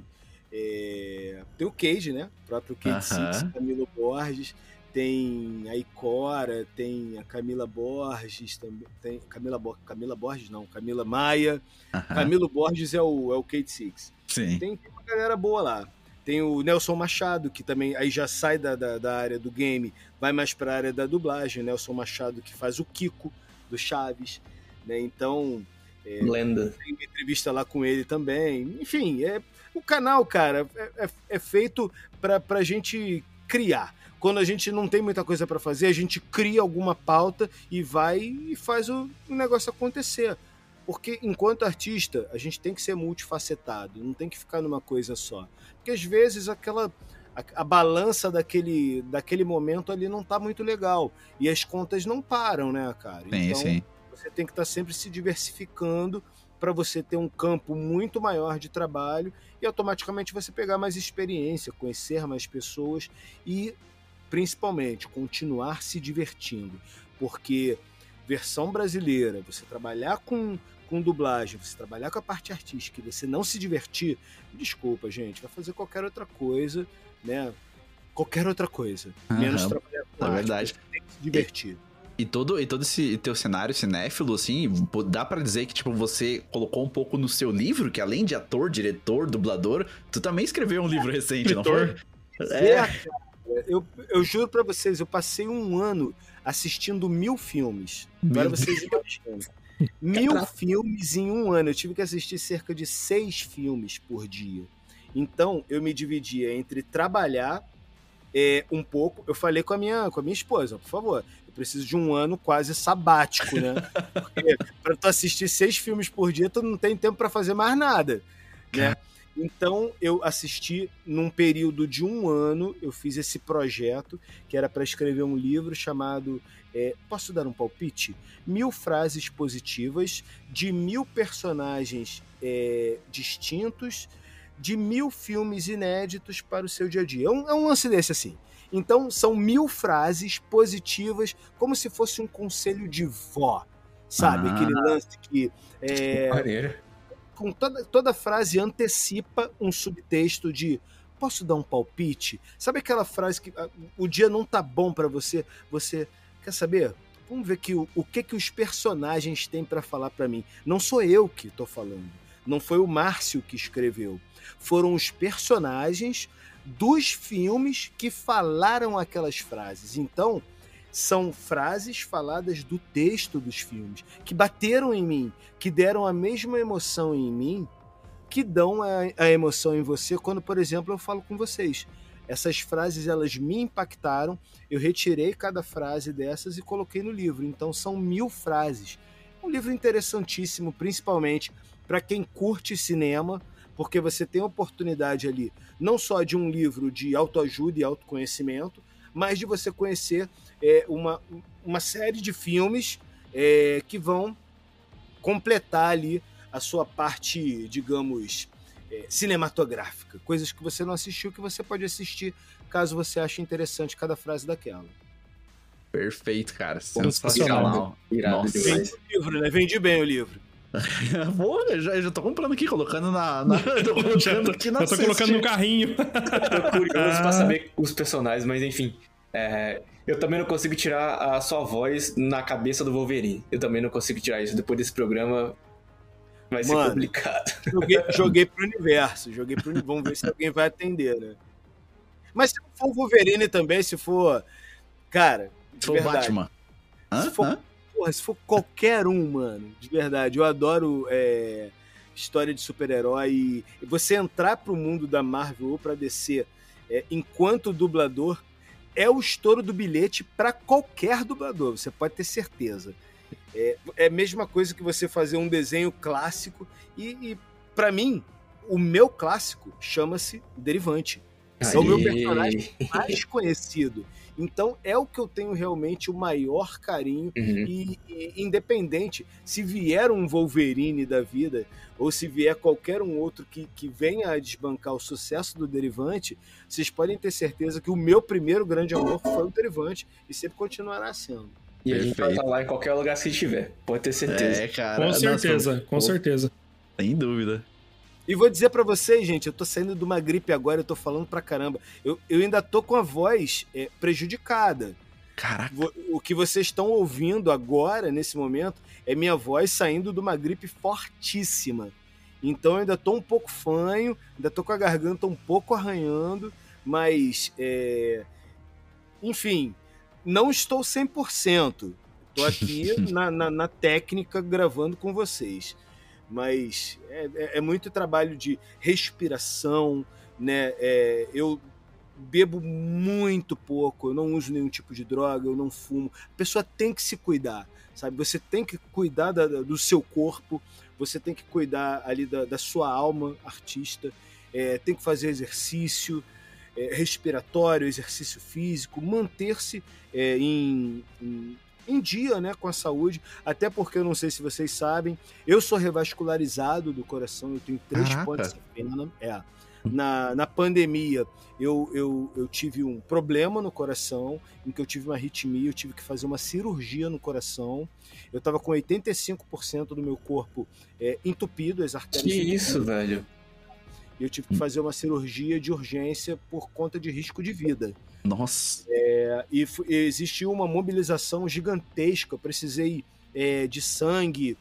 É, tem o Cage, né? O próprio Cage uh-huh. Six, Camilo Borges, tem a Ikora, tem a Camila Borges, também, tem Camila, Bo- Camila Borges, não, Camila Maia. Uh-huh. Camilo Borges é o, é o Cage Six. Sim. Tem, tem uma galera boa lá. Tem o Nelson Machado, que também aí já sai da, da, da área do game, vai mais para a área da dublagem. Nelson Machado, que faz o Kiko do Chaves, né? Então, é, lenda. Tem uma entrevista lá com ele também. Enfim, é. O canal, cara, é, é, é feito pra, pra gente criar. Quando a gente não tem muita coisa pra fazer, a gente cria alguma pauta e vai e faz o, o negócio acontecer. Porque, enquanto artista, a gente tem que ser multifacetado, não tem que ficar numa coisa só. Porque, às vezes, aquela, a, a balança daquele, daquele momento ali não tá muito legal. E as contas não param, né, cara? Sim, então, sim. Você tem que estar sempre se diversificando para você ter um campo muito maior de trabalho e automaticamente você pegar mais experiência, conhecer mais pessoas e, principalmente, continuar se divertindo. Porque versão brasileira, você trabalhar com, com dublagem, você trabalhar com a parte artística e você não se divertir, desculpa, gente, vai fazer qualquer outra coisa, né? Qualquer outra coisa. Uhum. Menos trabalhar com é arte, verdade. você tem que se divertir. E... E todo, e todo esse teu cenário cinéfilo, assim, dá pra dizer que, tipo, você colocou um pouco no seu livro, que além de ator, diretor, dublador, tu também escreveu um livro recente, não foi? É, é. Eu, eu juro pra vocês, eu passei um ano assistindo mil filmes. Agora vocês imaginam. Mil filmes em um ano. Eu tive que assistir cerca de seis filmes por dia. Então, eu me dividia entre trabalhar é, um pouco. Eu falei com a minha, com a minha esposa, por favor, eu preciso de um ano quase sabático, né? Porque pra tu assistir seis filmes por dia, tu não tem tempo pra fazer mais nada, né? Então, eu assisti num período de um ano, eu fiz esse projeto, que era para escrever um livro chamado, é, posso dar um palpite? Mil frases positivas de mil personagens é, distintos, de mil filmes inéditos para o seu dia a dia. É um, é um lance desse, assim. Então, são mil frases positivas, como se fosse um conselho de vó, sabe? Ah. Aquele lance que... É, Maneiro. Com toda, toda frase antecipa um subtexto de posso dar um palpite? Sabe aquela frase que uh, o dia não tá bom pra você, você quer saber? Vamos ver que o, o que que os personagens têm pra falar pra mim. Não sou eu que tô falando, não foi o Márcio que escreveu, foram os personagens dos filmes que falaram aquelas frases. Então, são frases faladas do texto dos filmes, que bateram em mim, que deram a mesma emoção em mim que dão a, a emoção em você quando, por exemplo, eu falo com vocês. Essas frases, elas me impactaram, eu retirei cada frase dessas e coloquei no livro. Então são mil frases. Um livro interessantíssimo, principalmente para quem curte cinema, porque você tem a oportunidade ali, não só de um livro de autoajuda e autoconhecimento, mas de você conhecer é, uma, uma série de filmes é, que vão completar ali a sua parte, digamos, é, cinematográfica. Coisas que você não assistiu, que você pode assistir caso você ache interessante cada frase daquela. Perfeito, cara. Sensacional. Irado demais. Vendi o livro, né? Vendi bem o livro. Pô, eu já, eu já tô comprando aqui, colocando na... na tô colocando aqui na eu tô cesta. colocando no carrinho. Eu tô curioso pra saber os personagens, mas enfim... É, eu também não consigo tirar a sua voz na cabeça do Wolverine. Eu também não consigo tirar isso. Depois desse programa vai ser Mano, complicado. Joguei, joguei pro universo. Joguei pro universo. Vamos ver se alguém vai atender, né? Mas se for o Wolverine também, se for... Cara, de Se for verdade. Batman. Hã? Se for, Hã? porra, se for qualquer um, mano, de verdade. Eu adoro é, história de super-herói. E você entrar pro mundo da Marvel ou pra D C é, enquanto dublador é o estouro do bilhete para qualquer dublador, você pode ter certeza. É, é a mesma coisa que você fazer um desenho clássico e, e para mim, o meu clássico chama-se Derivante. Aê. É o meu personagem mais conhecido. Então, é o que eu tenho realmente o maior carinho. Uhum. E, e independente, se vier um Wolverine da vida, ou se vier qualquer um outro que, que venha a desbancar o sucesso do Derivante, vocês podem ter certeza que o meu primeiro grande amor foi o Derivante e sempre continuará sendo. E a gente vai Perfeito. estar lá em qualquer lugar que estiver. Pode ter certeza. É, cara. Com certeza, nossa, com pô, certeza. Sem dúvida. E vou dizer pra vocês, gente, eu tô saindo de uma gripe agora, eu tô falando pra caramba. Eu, eu ainda tô com a voz é, prejudicada. Caraca. O que vocês estão ouvindo agora, nesse momento, é minha voz saindo de uma gripe fortíssima. Então eu ainda tô um pouco fanho, ainda tô com a garganta um pouco arranhando, mas, é... enfim, não estou cem por cento. Tô aqui na, na, na técnica gravando com vocês. Mas é, é, é muito trabalho de respiração, né? É, eu bebo muito pouco, eu não uso nenhum tipo de droga, eu não fumo. A pessoa tem que se cuidar, sabe? Você tem que cuidar da, do seu corpo, você tem que cuidar ali da, da sua alma artista, é, tem que fazer exercício é, respiratório, exercício físico, manter-se é, em... em em dia, né, com a saúde, até porque eu não sei se vocês sabem, eu sou revascularizado do coração, eu tenho três Caraca. pontos em pena. É. Na, na pandemia, eu, eu, eu tive um problema no coração, em que eu tive uma arritmia, eu tive que fazer uma cirurgia no coração, eu estava com oitenta e cinco por cento do meu corpo é, entupido, as artérias Que entupidas. isso, velho? E eu tive que fazer uma cirurgia de urgência por conta de risco de vida. Nossa. É, e f- existiu uma mobilização gigantesca. Eu precisei é, de sangue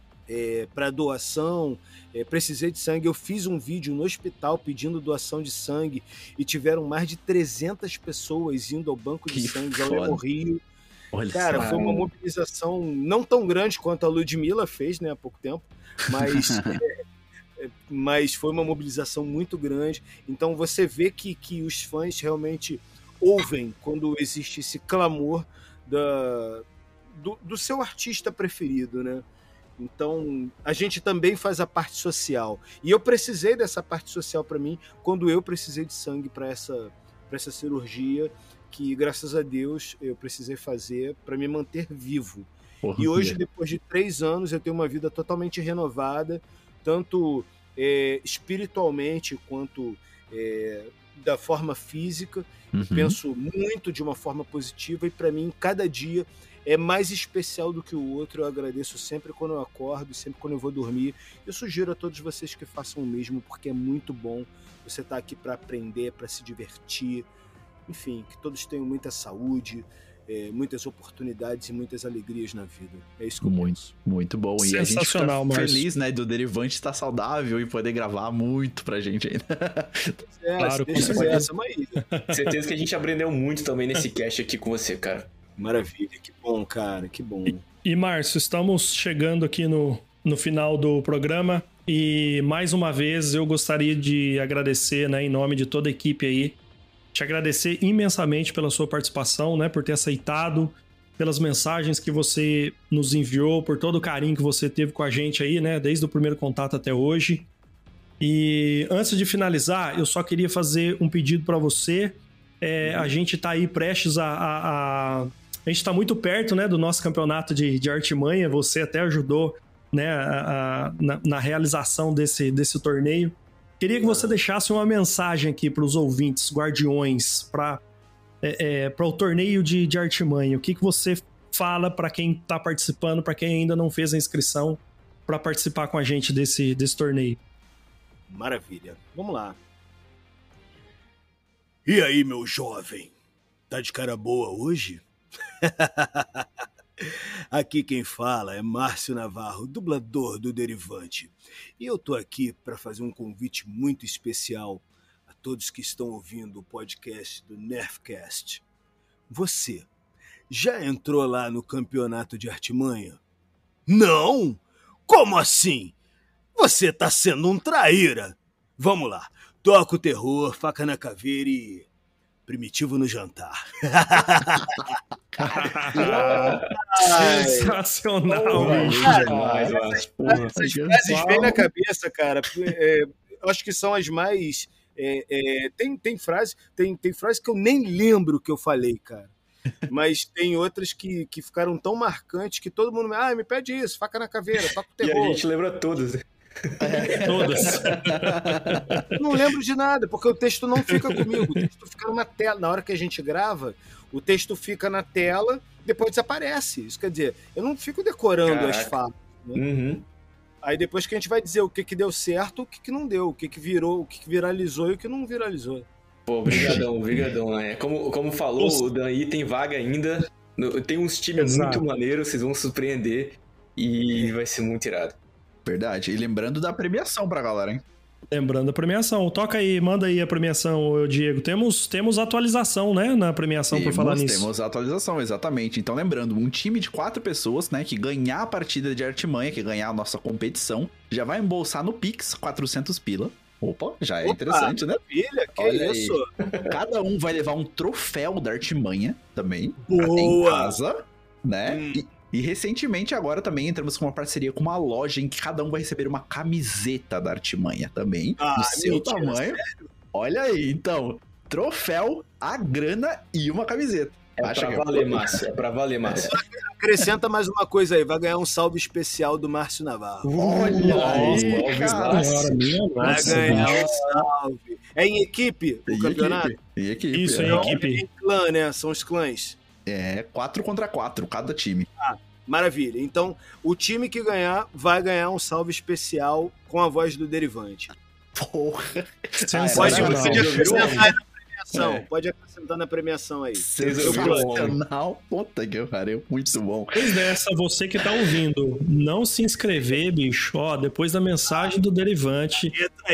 é, para doação, é, precisei de sangue. Eu fiz um vídeo no hospital pedindo doação de sangue e tiveram mais de trezentas pessoas indo ao banco de Que sangue, ao foda. Lemo Rio. Olha Cara, só. foi uma mobilização não tão grande quanto a Ludmilla fez, né, há pouco tempo, mas, é, é, mas foi uma mobilização muito grande. Então você vê que, que os fãs realmente ouvem quando existe esse clamor da, do, do seu artista preferido, né? Então, a gente também faz a parte social. E eu precisei dessa parte social para mim quando eu precisei de sangue para essa, para essa cirurgia, que, graças a Deus, eu precisei fazer para me manter vivo. Porra, E hoje, Bia. depois de três anos, eu tenho uma vida totalmente renovada, tanto é, espiritualmente quanto é, da forma física. Uhum. Penso muito de uma forma positiva e, para mim, cada dia é mais especial do que o outro. Eu agradeço sempre quando eu acordo, sempre quando eu vou dormir. Eu sugiro a todos vocês que façam o mesmo, porque é muito bom você estar aqui para aprender, para se divertir. Enfim, que todos tenham muita saúde, é, muitas oportunidades e muitas alegrias na vida. É isso que eu Muito, penso. muito bom. E a gente Sensacional, fica Márcio. feliz, né, do Derivante estar saudável e poder gravar muito pra gente ainda. É, Claro, se com Deus quiser, certeza. tamo aí. Certeza que a gente aprendeu muito também nesse cast aqui com você, cara. Maravilha, que bom, cara, que bom. E, Márcio, estamos chegando aqui no, no final do programa. E mais uma vez eu gostaria de agradecer, né, em nome de toda a equipe aí, te agradecer imensamente pela sua participação, né, por ter aceitado, pelas mensagens que você nos enviou, por todo o carinho que você teve com a gente aí, né, desde o primeiro contato até hoje. E antes de finalizar, eu só queria fazer um pedido para você. É, a gente tá aí prestes a... a, a... a gente tá muito perto, né, do nosso campeonato de, de artimanha. Você até ajudou, né, a, a, na, na realização desse, desse torneio. Queria que você deixasse uma mensagem aqui para os ouvintes, guardiões, para é, é, para o torneio de, de artimanha. O que, que você fala para quem tá participando, para quem ainda não fez a inscrição, para participar com a gente desse, desse torneio? Maravilha. Vamos lá. E aí, meu jovem? Tá de cara boa hoje? Aqui quem fala é Márcio Navarro, dublador do Derivante. E eu tô aqui para fazer um convite muito especial a todos que estão ouvindo o podcast do Nerfcast. Você já entrou lá no campeonato de artimanha? Não? Como assim? Você tá sendo um traíra. Vamos lá. Toca o terror, faca na caveira e primitivo no jantar. Sensacional, bicho. Essas frases vêm na cabeça, cara. É, eu acho que são as mais... É, é, tem, tem frases tem, tem frase que eu nem lembro que eu falei, cara. Mas tem outras que, que ficaram tão marcantes que todo mundo... Ah, me pede isso, faca na caveira, toca o terror. E a gente lembra todas. É, todas. Não lembro de nada, porque o texto não fica comigo. O texto fica numa tela. Na hora que a gente grava, o texto fica na tela, depois desaparece. Isso quer dizer, eu não fico decorando Caraca. as falas. Né? Uhum. Aí depois que a gente vai dizer o que, que deu certo, o que, que não deu, o que, que virou, o que, que viralizou e o que não viralizou. Pô, brigadão, brigadão, né? Como, como falou, Nossa. o Daí tem vaga ainda. Tem uns times Exato. muito maneiros, vocês vão surpreender e vai ser muito irado. Verdade. E lembrando da premiação pra galera, hein? Lembrando da premiação. Toca aí, manda aí a premiação, Diego. Temos, temos atualização, né, na premiação, temos, por falar nisso. Temos atualização, exatamente. Então, lembrando, um time de quatro pessoas, né, que ganhar a partida de artimanha, que ganhar a nossa competição, já vai embolsar no Pix quatrocentos pila. Opa, já é Opa, interessante, né? Filha, que Olha isso? Aí. Cada um vai levar um troféu da artimanha também. Boa! Em casa, né? Hum. E... E recentemente agora também entramos com uma parceria com uma loja em que cada um vai receber uma camiseta da artimanha também, ah, do seu mentira, tamanho. Sério? Olha aí, então, troféu, a grana e uma camiseta. É Acha pra valer, Márcio. É pra valer, Márcio. Acrescenta mais uma coisa aí, vai ganhar um salve especial do Márcio Navarro. Olha aí, cara. Vai ganhar um salve. É em equipe o em campeonato? Equipe. Em equipe. Isso, é. em equipe. É em clã, né? São os clãs. É, quatro contra quatro, cada time. Ah, maravilha. Então, o time que ganhar vai ganhar um salve especial com a voz do Derivante. Porra. Pode, você já acrescentar na premiação. É. Pode acrescentar na premiação aí. Sensacional. Puta que pariu. Muito bom. Pois dessa, você que tá ouvindo, não se inscrever, bicho, ó, depois da mensagem do Derivante,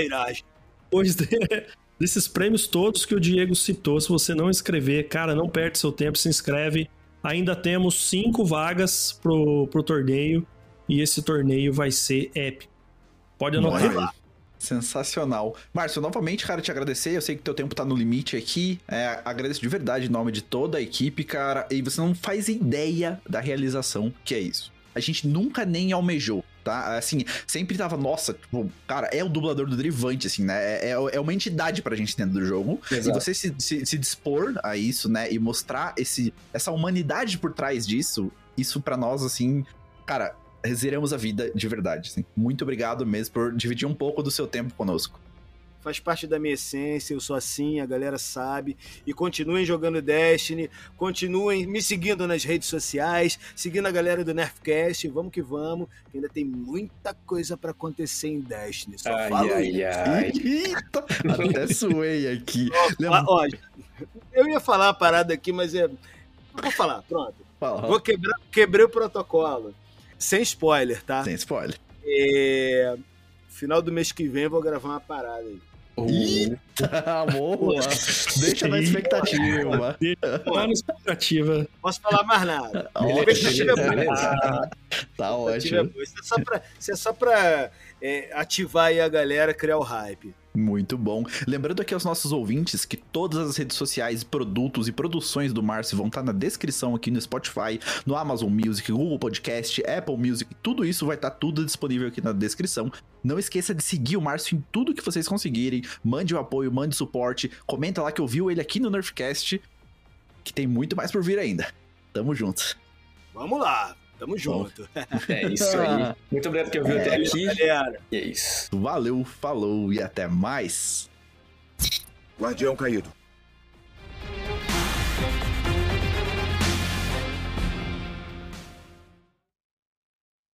depois de... desses prêmios todos que o Diego citou, se você não inscrever, cara, não perde seu tempo, se inscreve. Ainda temos cinco vagas pro, pro torneio e esse torneio vai ser épico. Pode anotar lá. Sensacional. Márcio, novamente, cara, te agradecer. Eu sei que teu tempo tá no limite aqui. É, agradeço de verdade em nome de toda a equipe, cara. E você não faz ideia da realização que é isso. A gente nunca nem almejou, tá? Assim, sempre tava, nossa, tipo, cara, é o dublador do Derivante, assim, né? É, é uma entidade pra gente dentro do jogo. Exato. E você se, se, se dispor a isso, né? E mostrar esse, essa humanidade por trás disso, isso pra nós, assim, cara, zeramos a vida de verdade, assim. Muito obrigado mesmo por dividir um pouco do seu tempo conosco. Faz parte da minha essência, eu sou assim, a galera sabe. E continuem jogando Destiny, continuem me seguindo nas redes sociais, seguindo a galera do Nerfcast, vamos que vamos, que ainda tem muita coisa pra acontecer em Destiny. Só ai, falo ai, isso. ai. Eita, até suei aqui. Ó, ó, eu ia falar uma parada aqui, mas é... Vou falar, pronto. Fala. Vou quebrar, quebrei o protocolo. Sem spoiler, tá? Sem spoiler. É... Final do mês que vem eu vou gravar uma parada aí. Eita, boa! Deixa na expectativa. Deixa na expectativa. Posso falar mais nada. Ó, Expectativa é beleza. boa. Tá Expectativa é ótimo. boa. Isso é só pra, isso é só pra é, ativar aí a galera, criar o hype. Muito bom. Lembrando aqui aos nossos ouvintes que todas as redes sociais, produtos e produções do Márcio vão estar na descrição aqui no Spotify, no Amazon Music, Google Podcast, Apple Music, tudo isso vai estar tudo disponível aqui na descrição. Não esqueça de seguir o Márcio em tudo que vocês conseguirem, mande o apoio, mande suporte, comenta lá que ouviu ele aqui no Nerfcast, que tem muito mais por vir ainda. Tamo junto. Vamos lá, tamo junto. É isso aí. Muito obrigado que ouviu É, até aqui. Galera. E é isso. Valeu, falou e até mais. Guardião caído.